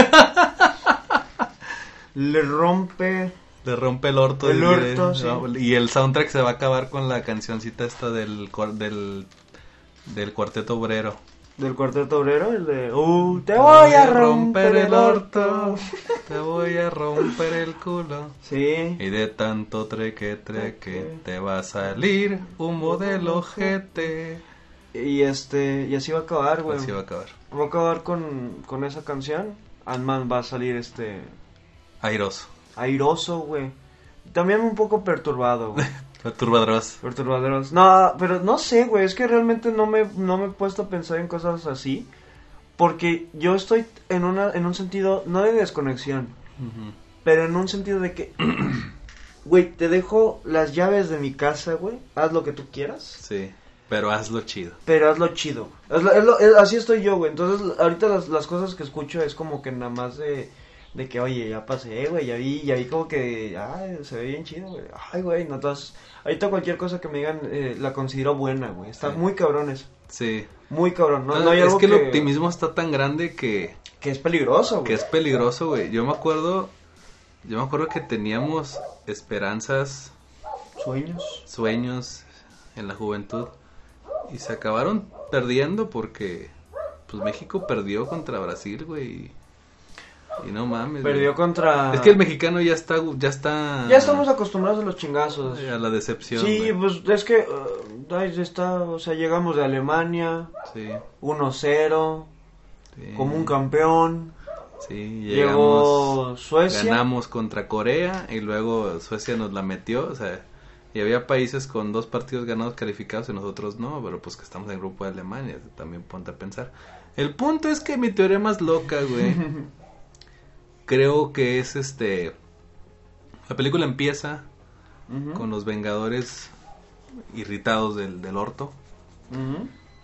Speaker 2: Le rompe...
Speaker 1: Le rompe el orto.
Speaker 2: El orto, sí.
Speaker 1: ¿no? Y el soundtrack se va a acabar con la cancioncita esta del del, del Cuarteto Obrero.
Speaker 2: Del Cuarteto Obrero, el de... Uh, te voy a romper el orto.
Speaker 1: Te voy a romper el culo.
Speaker 2: Sí.
Speaker 1: Y de tanto treque, treque, te va a salir un modelo ojete.
Speaker 2: Y este... Y así va a acabar, güey.
Speaker 1: Así va a acabar.
Speaker 2: Va a acabar con, con esa canción. Ant-Man va a salir este...
Speaker 1: Airoso.
Speaker 2: Airoso, güey. También un poco perturbado, güey.
Speaker 1: Perturbadros.
Speaker 2: Perturbadros. No, pero no sé, güey. Es que realmente no me, no me he puesto a pensar en cosas así. Porque yo estoy en una en un sentido, no de desconexión. Uh-huh. Pero en un sentido de que... Güey, te dejo las llaves de mi casa, güey. Haz lo que tú quieras.
Speaker 1: Sí. Pero hazlo chido.
Speaker 2: Pero hazlo chido. Hazlo, es lo, es, así estoy yo, güey. Entonces, ahorita las, las cosas que escucho es como que nada más de... De que, oye, ya pasé, güey, ya vi, ya vi como que, ay, se ve bien chido, güey. Ay, güey, no, entonces, ahorita cualquier cosa que me digan, eh, la considero buena, güey. Está sí. muy cabrón eso.
Speaker 1: Sí.
Speaker 2: Muy cabrón, no,
Speaker 1: no,
Speaker 2: no hay
Speaker 1: es
Speaker 2: algo
Speaker 1: que,
Speaker 2: que...
Speaker 1: el optimismo está tan grande que...
Speaker 2: Que es peligroso, güey.
Speaker 1: Que es peligroso, güey. Yo me acuerdo, yo me acuerdo que teníamos esperanzas...
Speaker 2: Sueños.
Speaker 1: Sueños en la juventud. Y se acabaron perdiendo porque, pues, México perdió contra Brasil, güey. Y no mames.
Speaker 2: Perdió
Speaker 1: güey.
Speaker 2: contra...
Speaker 1: Es que el mexicano ya está... Ya está
Speaker 2: ya estamos acostumbrados a los chingazos.
Speaker 1: A la decepción.
Speaker 2: Sí,
Speaker 1: güey.
Speaker 2: Pues es que... Uh, ahí está, o sea, llegamos de Alemania.
Speaker 1: Sí.
Speaker 2: uno cero. Sí. Como un campeón.
Speaker 1: Sí, llegamos...
Speaker 2: Llegó Suecia.
Speaker 1: Ganamos contra Corea y luego Suecia nos la metió, o sea... Y había países con dos partidos ganados calificados y nosotros no, pero pues que estamos en el grupo de Alemania, también ponte a pensar. El punto es que mi teoría más loca, güey... Creo que es este... La película empieza uh-huh. con los Vengadores irritados del, del orto. Uh-huh.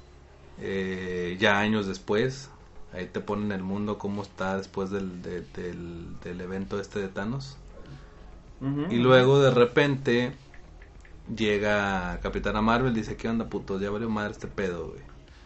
Speaker 1: Eh, ya años después, ahí te ponen el mundo cómo está después del, de, del, del evento este de Thanos. Uh-huh. Y luego de repente llega Capitana Marvel y dice, ¿qué onda, putos? Ya valió madre este pedo, güey.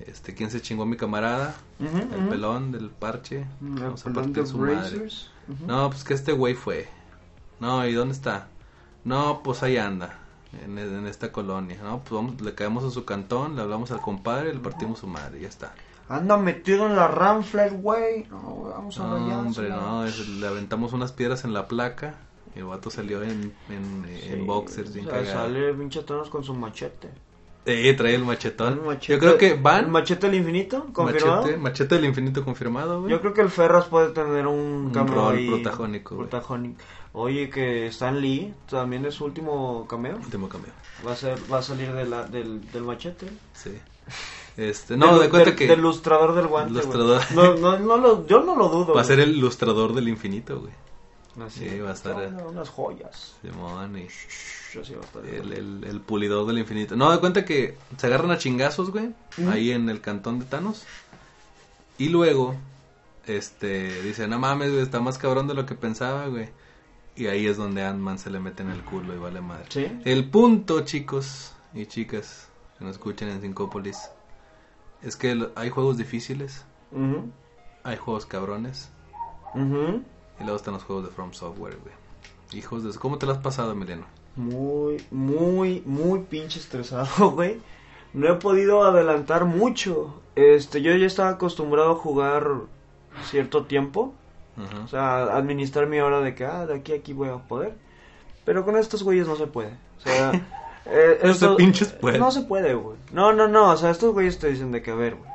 Speaker 1: Este, ¿quién se chingó a mi camarada?
Speaker 2: Uh-huh,
Speaker 1: el
Speaker 2: uh-huh.
Speaker 1: pelón del parche.
Speaker 2: El
Speaker 1: Vamos a
Speaker 2: pelón
Speaker 1: partir
Speaker 2: de
Speaker 1: su madre.
Speaker 2: Brazers. Uh-huh.
Speaker 1: No, pues que este güey fue. No, ¿y dónde está? No, pues ahí anda. En, en esta colonia. No, pues vamos, le caemos a su cantón, le hablamos al compadre, le partimos su madre y ya está.
Speaker 2: Anda metido en la Ramflet, güey. No, vamos a
Speaker 1: No,
Speaker 2: rayar.
Speaker 1: hombre, no, es- le aventamos unas piedras en la placa y el vato salió en, en, en boxers bien
Speaker 2: o sea,
Speaker 1: cagado.
Speaker 2: sale pinche Thanos con su machete.
Speaker 1: Eh, trae el machetón.
Speaker 2: El machete-
Speaker 1: Yo creo que
Speaker 2: ¿El
Speaker 1: van.
Speaker 2: machete del infinito? ¿Confirmado?
Speaker 1: Machete, machete del infinito confirmado, güey.
Speaker 2: Yo creo que el Ferras puede tener un,
Speaker 1: Un
Speaker 2: cameo
Speaker 1: rol
Speaker 2: ahí,
Speaker 1: protagónico, güey.
Speaker 2: protagónico. Oye, que Stan Lee también es su último cameo.
Speaker 1: Último cambio.
Speaker 2: Va a ser, va a salir de la, del, del machete.
Speaker 1: Sí. Este, no,
Speaker 2: Del-
Speaker 1: de cuenta
Speaker 2: del-
Speaker 1: que
Speaker 2: Del lustrador del guante, güey.
Speaker 1: Lustrador.
Speaker 2: No, no, no lo, yo no lo dudo.
Speaker 1: va a ser
Speaker 2: güey.
Speaker 1: el ilustrador del infinito, güey.
Speaker 2: Así,
Speaker 1: sí, va a estar,
Speaker 2: son unas joyas.
Speaker 1: Simón y
Speaker 2: Así va a estar.
Speaker 1: el, el, el pulidor del infinito. No, de cuenta que se agarran a chingazos, güey,
Speaker 2: Ujú.
Speaker 1: ahí en el cantón de Thanos. Y luego, este, dice, no mames, güey, está más cabrón de lo que pensaba, güey. Y ahí es donde Ant-Man se le mete en el culo y vale madre.
Speaker 2: ¿Sí?
Speaker 1: El punto, chicos y chicas que nos escuchen en Sincópolis, es que lo- hay juegos difíciles,
Speaker 2: Mhm.
Speaker 1: hay juegos cabrones,
Speaker 2: Mhm.
Speaker 1: y luego están los juegos de From Software, güey. Hijos de... ¿Cómo te lo has pasado, Emiliano?
Speaker 2: Muy, muy, muy pinche estresado, güey. No he podido adelantar mucho. Este, yo ya estaba acostumbrado a jugar cierto tiempo.
Speaker 1: Ajá.
Speaker 2: O sea, administrar mi hora de que, ah, de aquí a aquí voy a poder. Pero con estos güeyes no se puede. O sea, eh,
Speaker 1: No
Speaker 2: esto-
Speaker 1: se pinches puede.
Speaker 2: No se puede, güey. No, no, no. O sea, estos güeyes te dicen de que, a ver, güey.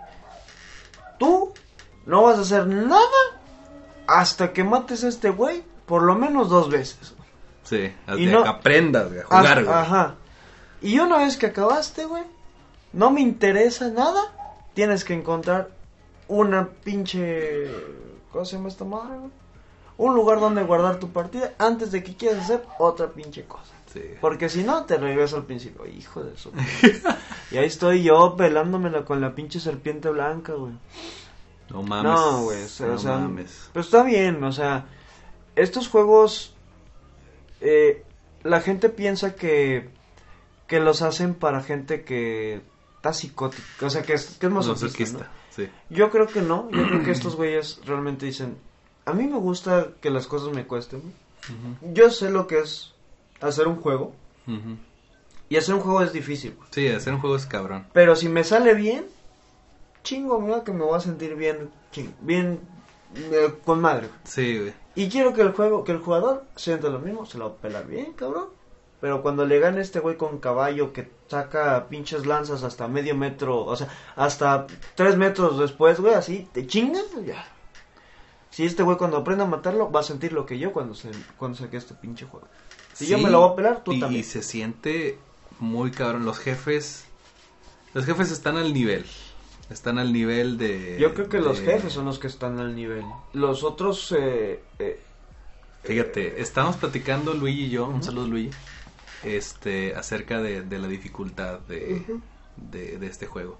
Speaker 2: Tú no vas a hacer nada hasta que mates a este güey por lo menos dos veces. güey.
Speaker 1: Sí, hasta
Speaker 2: Y no-
Speaker 1: que aprendas, güey, a jugar,
Speaker 2: Hasta-
Speaker 1: güey.
Speaker 2: Ajá. Y una vez que acabaste, güey, no me interesa nada. Tienes que encontrar una pinche... ¿Cómo se llama esta madre, güey? Un lugar donde guardar tu partida antes de que quieras hacer otra pinche cosa.
Speaker 1: Sí.
Speaker 2: Porque si no, te regreso al principio. Hijo de eso. Y ahí estoy yo pelándomela con la pinche serpiente blanca, güey.
Speaker 1: No mames.
Speaker 2: No, güey. O sea,
Speaker 1: no
Speaker 2: o sea,
Speaker 1: mames.
Speaker 2: pero está bien, o sea, estos juegos, eh, la gente piensa que, que los hacen para gente que está psicótica, o sea, que es, que es masoquista,
Speaker 1: Masoquista,
Speaker 2: ¿no?
Speaker 1: sí.
Speaker 2: Yo creo que no, yo creo que estos güeyes realmente dicen, a mí me gusta que las cosas me cuesten,
Speaker 1: Ujú,
Speaker 2: yo sé lo que es hacer un juego,
Speaker 1: ujú.
Speaker 2: y hacer un juego es difícil, güey.
Speaker 1: Sí, hacer un juego es cabrón.
Speaker 2: Pero si me sale bien, chingo, mira que me voy a sentir bien, ching, bien, eh, con madre, güey.
Speaker 1: Sí, güey.
Speaker 2: Y quiero que el juego, que el jugador sienta lo mismo, se lo va a pelar bien, cabrón. Pero cuando le gane este güey con caballo que saca pinches lanzas hasta medio metro, o sea, hasta tres metros después, güey, así, te chingas, ya. Si este güey cuando aprenda a matarlo, va a sentir lo que yo cuando se, cuando saqué este pinche juego. Si
Speaker 1: Sí,
Speaker 2: yo me lo voy a pelar, tú
Speaker 1: y,
Speaker 2: también.
Speaker 1: Y se siente muy cabrón. Los jefes, los jefes están al nivel. Están al nivel de...
Speaker 2: Yo creo que los
Speaker 1: de-
Speaker 2: jefes son los que están al nivel. Los otros, eh, eh,
Speaker 1: Fíjate, estábamos platicando Luigi y yo, un saludo Luigi, este, acerca de, de la dificultad de,
Speaker 2: Ujú.
Speaker 1: de, de este juego.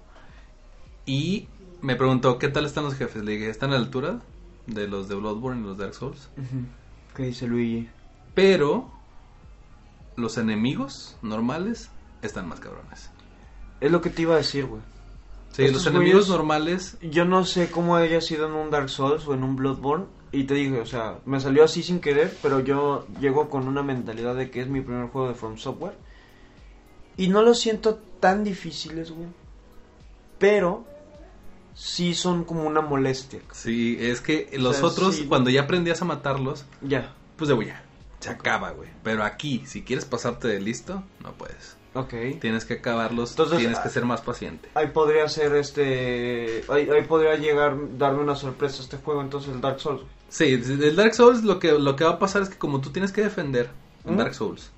Speaker 1: Y me preguntó, ¿qué tal están los jefes? Le dije, ¿están a la altura de los de Bloodborne y los Dark Souls?
Speaker 2: ¿qué dice Luigi?
Speaker 1: Pero los enemigos normales están más cabrones.
Speaker 2: Es lo que te iba a decir, güey.
Speaker 1: Sí,
Speaker 2: Estos
Speaker 1: los enemigos
Speaker 2: güeyes-
Speaker 1: normales,
Speaker 2: Yo no sé cómo haya sido en un Dark Souls o en un Bloodborne. Y te dije, o sea, me salió así sin querer, pero yo llego con una mentalidad de que es mi primer juego de From Software. Y no los siento tan difíciles, güey. Pero sí son como una molestia.
Speaker 1: sí, es que los
Speaker 2: O sea,
Speaker 1: otros,
Speaker 2: sí.
Speaker 1: cuando ya aprendías a matarlos,
Speaker 2: Ya,
Speaker 1: pues de güey, ya, se acaba, güey. Pero aquí, si quieres pasarte de listo, no puedes.
Speaker 2: ok.
Speaker 1: Tienes que acabarlos,
Speaker 2: Entonces,
Speaker 1: tienes que
Speaker 2: ah,
Speaker 1: ser más paciente.
Speaker 2: Ahí podría ser este... Ahí, ahí podría llegar, darme una sorpresa este juego, entonces el Dark Souls.
Speaker 1: Sí, el Dark Souls lo que lo que va a pasar es que como tú tienes que defender en
Speaker 2: ¿Mm?
Speaker 1: Dark Souls,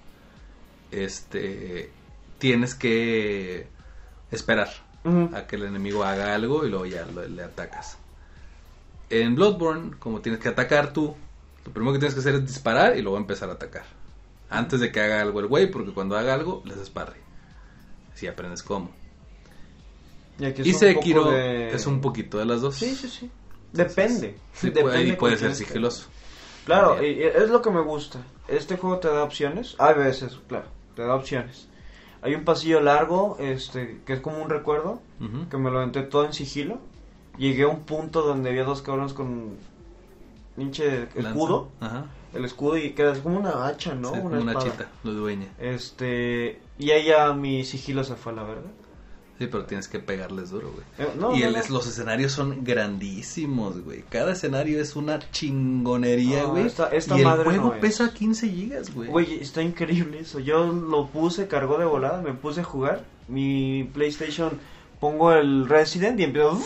Speaker 1: este, tienes que esperar
Speaker 2: Ujú.
Speaker 1: a que el enemigo haga algo y luego ya lo- le atacas. En Bloodborne, como tienes que atacar tú, lo primero que tienes que hacer es disparar y luego empezar a atacar. Antes de que haga algo el güey, porque cuando haga algo, les disparre. Si aprendes cómo.
Speaker 2: Y, aquí
Speaker 1: Y
Speaker 2: es un
Speaker 1: Sekiro
Speaker 2: poco de-
Speaker 1: es un poquito de las dos.
Speaker 2: Sí, sí, sí. Depende.
Speaker 1: Sí,
Speaker 2: Depende
Speaker 1: puede, y
Speaker 2: con
Speaker 1: puede
Speaker 2: quién
Speaker 1: ser
Speaker 2: estés.
Speaker 1: sigiloso.
Speaker 2: Claro,
Speaker 1: También.
Speaker 2: y, y es lo que me gusta. Este juego te da opciones. A veces, claro, te da opciones. Hay un pasillo largo, este, que es como un recuerdo,
Speaker 1: Ujú.
Speaker 2: que me lo aventé todo en sigilo. Llegué a un punto donde había dos cabrones con pinche escudo,
Speaker 1: Lanza. Ajá.
Speaker 2: el escudo y que es como una hacha, ¿no?
Speaker 1: Sí, como una
Speaker 2: espada.
Speaker 1: chita, lo dueña.
Speaker 2: Este, y ahí ya mi sigilo se fue a la verga.
Speaker 1: Sí, pero tienes que pegarles duro, güey.
Speaker 2: Eh, no,
Speaker 1: y
Speaker 2: no,
Speaker 1: el,
Speaker 2: no.
Speaker 1: es- los escenarios son grandísimos, güey. Cada escenario es una chingonería,
Speaker 2: No,
Speaker 1: güey.
Speaker 2: esta- esta
Speaker 1: y el
Speaker 2: madre
Speaker 1: juego
Speaker 2: no es.
Speaker 1: pesa quince gigas, güey.
Speaker 2: Güey, está increíble eso. Yo lo puse, cargó de volada, me puse a jugar. Mi PlayStation, pongo el Resident y empiezo.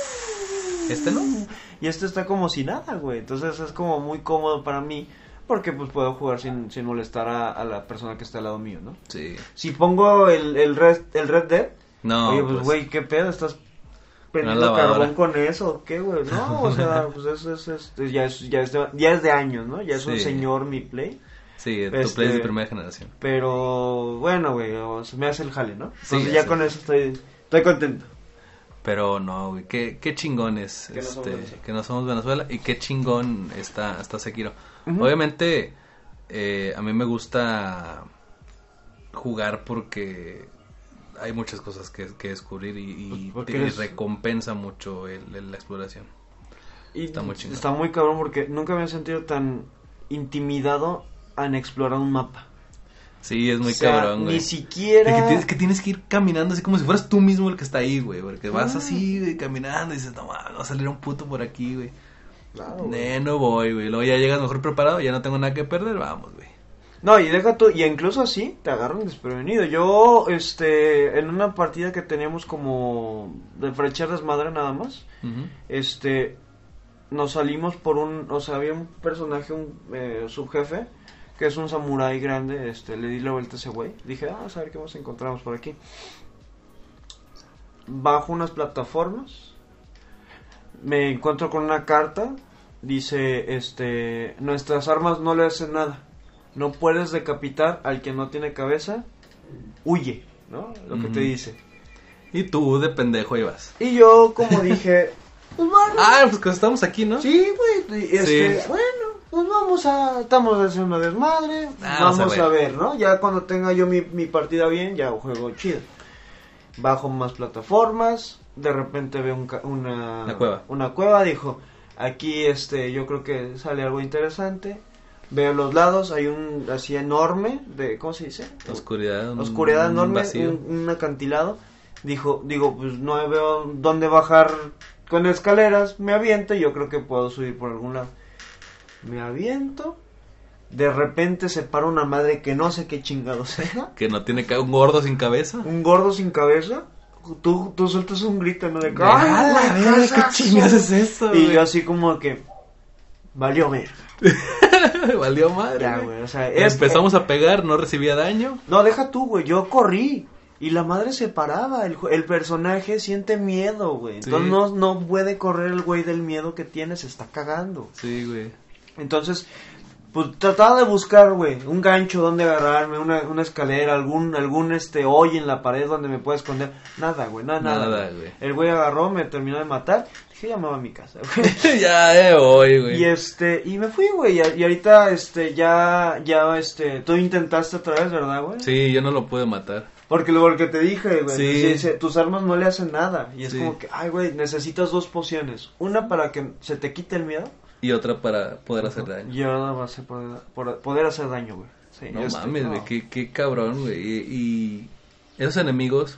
Speaker 1: ¿Este no?
Speaker 2: Y este está como si nada, güey. Entonces es como muy cómodo para mí. Porque pues puedo jugar sin, sin molestar a, a la persona que está al lado mío, ¿no?
Speaker 1: Sí.
Speaker 2: Si pongo el, el, Red, el Red Dead,
Speaker 1: No,
Speaker 2: oye, pues
Speaker 1: pues,
Speaker 2: güey, ¿qué pedo? ¿Estás
Speaker 1: Una
Speaker 2: prendiendo
Speaker 1: lavadora.
Speaker 2: carbón con eso? ¿O ¿Qué, güey? No, o sea, pues eso es, es- ya, es, ya, es de, ya es de años, ¿no? Ya es un
Speaker 1: Sí.
Speaker 2: señor mi Play.
Speaker 1: sí, tu
Speaker 2: este-
Speaker 1: Play es de primera generación.
Speaker 2: Pero bueno, güey, o sea, me hace el jale, ¿no?
Speaker 1: Sí,
Speaker 2: Entonces ya
Speaker 1: sí.
Speaker 2: con eso estoy, estoy contento.
Speaker 1: Pero no, güey, qué, qué chingón es
Speaker 2: Que no somos
Speaker 1: este,
Speaker 2: Venezuela.
Speaker 1: que no somos Venezuela y qué chingón está, está Sekiro.
Speaker 2: Ujú.
Speaker 1: Obviamente, eh, a mí me gusta jugar porque hay muchas cosas que, que descubrir y, y,
Speaker 2: Pues porque
Speaker 1: y
Speaker 2: eres-
Speaker 1: recompensa mucho el, el- la exploración.
Speaker 2: Y
Speaker 1: Está muy chingón.
Speaker 2: Está muy cabrón porque nunca me he sentido tan intimidado en explorar un mapa.
Speaker 1: Sí, es muy
Speaker 2: O sea,
Speaker 1: cabrón, güey.
Speaker 2: Ni siquiera...
Speaker 1: De que tienes, que tienes que ir caminando así como si fueras tú mismo el que está ahí, güey. Porque vas
Speaker 2: Ah.
Speaker 1: así, güey, caminando y dices, no, mames, va a salir un puto por aquí, güey.
Speaker 2: Claro, güey.
Speaker 1: Eh, no voy, güey. Luego ya llegas mejor preparado, ya no tengo nada que perder, vamos, güey.
Speaker 2: No, y deja tú, y incluso así te agarran desprevenido. Yo, este, en una partida que teníamos como de frechar desmadre nada más,
Speaker 1: Ujú.
Speaker 2: este, nos salimos por un, o sea, había un personaje, un eh, subjefe, que es un samurái grande, este, le di la vuelta a ese güey. Dije, ah, vamos a ver qué nos encontramos por aquí. Bajo unas plataformas, me encuentro con una carta, dice, este, nuestras armas no le hacen nada. No puedes decapitar al que no tiene cabeza, huye, ¿no? Lo que te
Speaker 1: Ujú.
Speaker 2: dice.
Speaker 1: Y tú de pendejo ibas.
Speaker 2: Y yo, como dije, pues bueno,
Speaker 1: Ah, pues que estamos aquí, ¿no?
Speaker 2: sí, güey, y este,
Speaker 1: Sí.
Speaker 2: bueno, pues vamos a, estamos haciendo desmadre,
Speaker 1: Ah,
Speaker 2: vamos
Speaker 1: vamos a
Speaker 2: a
Speaker 1: ver.
Speaker 2: ver, ¿no? Ya cuando tenga yo mi, mi partida bien, ya juego chido. Bajo más plataformas, de repente veo un ca- una,
Speaker 1: Una cueva.
Speaker 2: una cueva, dijo, aquí este, yo creo que sale algo interesante. Veo los lados, hay un así enorme, de, ¿cómo se dice?
Speaker 1: Oscuridad. un-
Speaker 2: Oscuridad
Speaker 1: un
Speaker 2: enorme,
Speaker 1: vacío.
Speaker 2: un, un acantilado. Dijo, digo, pues no veo dónde bajar con escaleras, me aviento y yo creo que puedo subir por algún lado. Me aviento, de repente se para una madre que no sé qué chingado sea,
Speaker 1: Que no tiene ca- un gordo sin cabeza.
Speaker 2: un gordo sin cabeza. Tú, tú sueltas un grito, ¿no? De que,
Speaker 1: ¡Ah,
Speaker 2: ¡ay,
Speaker 1: la
Speaker 2: güey,
Speaker 1: verga!
Speaker 2: qué es
Speaker 1: ¿Qué
Speaker 2: eso?"
Speaker 1: chingas es eso,
Speaker 2: Y
Speaker 1: güey?
Speaker 2: yo así como que, valió ver.
Speaker 1: Valió madre,
Speaker 2: Ya,
Speaker 1: güey.
Speaker 2: güey, o sea, es-
Speaker 1: Empezamos a pegar, no recibía daño.
Speaker 2: No, deja tú, güey, yo corrí. Y la madre se paraba, el, ju- el personaje siente miedo, güey. Entonces
Speaker 1: Sí.
Speaker 2: no, no puede correr el güey del miedo que tiene, se está cagando.
Speaker 1: Sí, güey.
Speaker 2: Entonces, pues trataba de buscar, güey, un gancho donde agarrarme, una, una escalera, algún, algún este hoy en la pared donde me pueda esconder. Nada, güey, nada, nada.
Speaker 1: Nada,
Speaker 2: güey.
Speaker 1: güey.
Speaker 2: El güey agarró, me terminó de matar. Dije, ya me voy a mi casa, güey.
Speaker 1: ya, eh, voy, güey.
Speaker 2: Y este, y me fui, güey, y, y ahorita, este, ya, ya, este, tú intentaste otra vez, ¿verdad, güey?
Speaker 1: Sí, yo no lo pude matar.
Speaker 2: Porque lo que te dije, güey,
Speaker 1: Sí.
Speaker 2: dice, tus armas no le hacen nada. Y es
Speaker 1: Sí.
Speaker 2: como que, ay, güey, necesitas dos pociones. Una para que se te quite el miedo.
Speaker 1: Y otra para poder hacer daño.
Speaker 2: Y ahora va a ser poder, por- poder hacer daño, güey. Sí,
Speaker 1: No
Speaker 2: este,
Speaker 1: mames,
Speaker 2: no.
Speaker 1: güey, qué, qué cabrón, güey. Y, y esos enemigos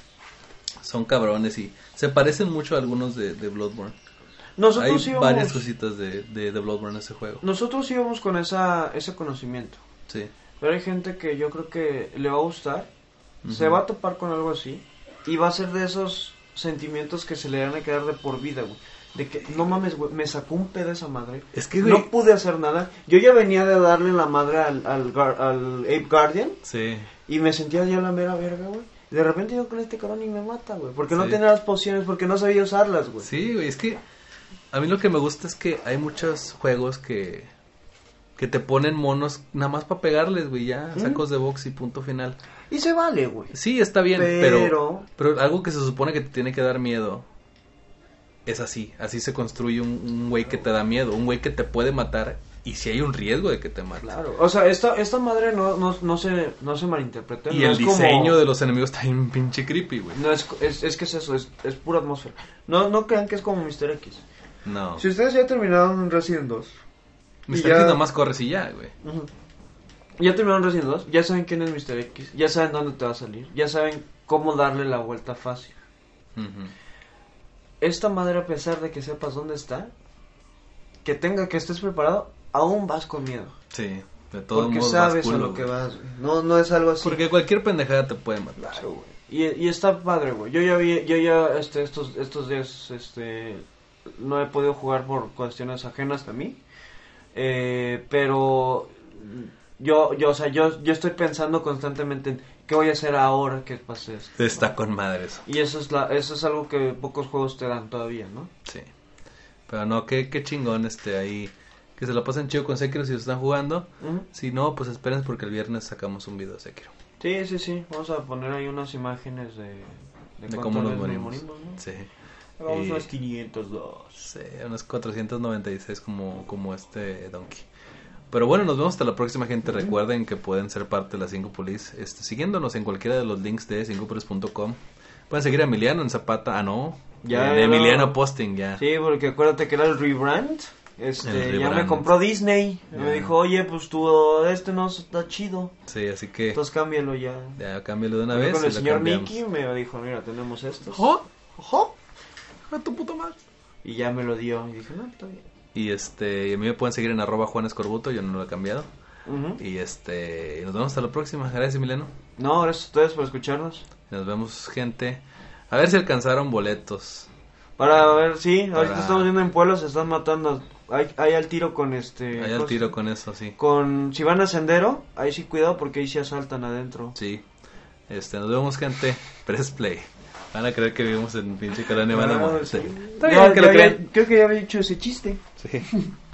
Speaker 1: son cabrones y se parecen mucho a algunos de, de Bloodborne.
Speaker 2: Nosotros
Speaker 1: Hay
Speaker 2: íbamos,
Speaker 1: varias cositas de, de, de Bloodborne en ese juego.
Speaker 2: nosotros íbamos con esa, ese conocimiento.
Speaker 1: Sí.
Speaker 2: Pero hay gente que yo creo que le va a gustar, se
Speaker 1: Ujú.
Speaker 2: va a topar con algo así. Y va a ser de esos sentimientos que se le van a quedar de por vida, güey. De que, no mames, güey, me sacó un pedo esa madre.
Speaker 1: Es que, güey.
Speaker 2: No pude hacer nada. Yo ya venía de darle la madre al, al, Gar- al Ape Guardian.
Speaker 1: Sí.
Speaker 2: Y me sentía ya la mera verga, güey. Y de repente yo con este cabrón y me mata, güey. Porque no
Speaker 1: Sí.
Speaker 2: tenía las pociones, porque no sabía usarlas, güey.
Speaker 1: Sí, güey, es que a mí lo que me gusta es que hay muchos juegos que que te ponen monos nada más para pegarles, güey, ya,
Speaker 2: ¿Mm?
Speaker 1: sacos de box y punto final.
Speaker 2: Y se vale, güey.
Speaker 1: Sí, está bien, pero
Speaker 2: Pero-
Speaker 1: pero algo que se supone que te tiene que dar miedo es así, así se construye un un güey que te da miedo, un güey que te puede matar y si hay un riesgo de que te maten.
Speaker 2: Claro, o sea, esta, esta madre no, no, no se, no se malinterprete.
Speaker 1: Y
Speaker 2: no
Speaker 1: el
Speaker 2: es
Speaker 1: diseño
Speaker 2: como...
Speaker 1: de los enemigos está bien pinche creepy, güey.
Speaker 2: No, es, es, es que es eso, es, es pura atmósfera. No, no crean que es como mister X.
Speaker 1: No.
Speaker 2: Si ustedes ya terminaron Resident dos.
Speaker 1: mister
Speaker 2: ya...
Speaker 1: X nada más corres y ya, güey.
Speaker 2: Uh-huh. Ya terminaron Resident dos, ya saben quién es mister X, ya saben dónde te va a salir, ya saben cómo darle la vuelta fácil.
Speaker 1: Uh-huh.
Speaker 2: Esta madre, a pesar de que sepas dónde está, que tenga que estés preparado, aún vas con miedo.
Speaker 1: Sí, de todos
Speaker 2: porque
Speaker 1: modos
Speaker 2: sabes
Speaker 1: vas culo,
Speaker 2: a lo
Speaker 1: güey.
Speaker 2: que vas, güey. No, no es algo así.
Speaker 1: Porque cualquier pendejada te puede matar.
Speaker 2: Claro, güey. Y, y está padre, güey. Yo ya vi, yo ya este, estos, estos días, este, no he podido jugar por cuestiones ajenas a mí, eh, pero yo, yo, o sea, yo, yo estoy pensando constantemente en qué voy a hacer ahora que pase esto.
Speaker 1: Está con madre eso.
Speaker 2: Y eso es la, eso es algo que pocos juegos te dan todavía, ¿no?
Speaker 1: Sí. Pero no, qué, qué chingón este ahí. Que se lo pasen chido con Sekiro si lo están jugando.
Speaker 2: Uh-huh.
Speaker 1: Si no, pues esperen porque el viernes sacamos un video de Sekiro.
Speaker 2: Sí, sí, sí. Vamos a poner ahí unas imágenes de, de,
Speaker 1: De cómo nos
Speaker 2: veces
Speaker 1: morimos.
Speaker 2: ¿no?
Speaker 1: Sí.
Speaker 2: Vamos
Speaker 1: Y-
Speaker 2: unas quinientos dos.
Speaker 1: Sí, unos cuatrocientos noventa y seis como, como este Donkey. Pero bueno, nos vemos hasta la próxima, gente.
Speaker 2: Ujú.
Speaker 1: Recuerden que pueden ser parte de la cinco Police este, siguiéndonos en cualquiera de los links de cinco polis punto com. Pueden seguir a Emiliano en Zapata. Ah, no.
Speaker 2: Ya,
Speaker 1: de
Speaker 2: ya
Speaker 1: Emiliano
Speaker 2: lo-
Speaker 1: Posting, ya.
Speaker 2: Sí, porque acuérdate que era el rebrand. Este,
Speaker 1: El
Speaker 2: ya
Speaker 1: rebrand.
Speaker 2: me compró Disney.
Speaker 1: Ya.
Speaker 2: Me dijo, oye, pues tu este no está chido.
Speaker 1: Sí, así que
Speaker 2: Entonces cámbialo ya.
Speaker 1: ya cámbialo de una
Speaker 2: Hablé
Speaker 1: vez.
Speaker 2: con
Speaker 1: y
Speaker 2: el
Speaker 1: lo
Speaker 2: señor
Speaker 1: cambiamos.
Speaker 2: Mickey me dijo, mira, tenemos estos.
Speaker 1: ¡Ojo! ¡Ojo! ¡A tu puta madre!
Speaker 2: Y ya me lo dio. Y dije, no, está bien.
Speaker 1: Y este, a mí me pueden seguir en arroba Juan Escorbuto, yo no lo he cambiado.
Speaker 2: Ujú.
Speaker 1: Y este, nos vemos hasta la próxima. Gracias, Emiliano.
Speaker 2: No, gracias a ustedes por escucharnos.
Speaker 1: Nos vemos, gente. A ver si alcanzaron boletos.
Speaker 2: Para ver, sí, ahorita
Speaker 1: Para-
Speaker 2: estamos viendo en Pueblo, se están matando. Hay, hay al tiro con este.
Speaker 1: Ahí al
Speaker 2: cosas.
Speaker 1: tiro con eso, sí.
Speaker 2: Con, si van a Sendero, ahí sí cuidado porque ahí se asaltan adentro.
Speaker 1: Sí. Este, nos vemos, gente. Press play. Van a creer que vivimos en pinche Calania, van a
Speaker 2: Ah,
Speaker 1: morirse.
Speaker 2: sí.
Speaker 1: Está
Speaker 2: Ya-
Speaker 1: bien que
Speaker 2: ya
Speaker 1: lo
Speaker 2: había-
Speaker 1: crean.
Speaker 2: creo que ya había dicho ese chiste.
Speaker 1: Sí.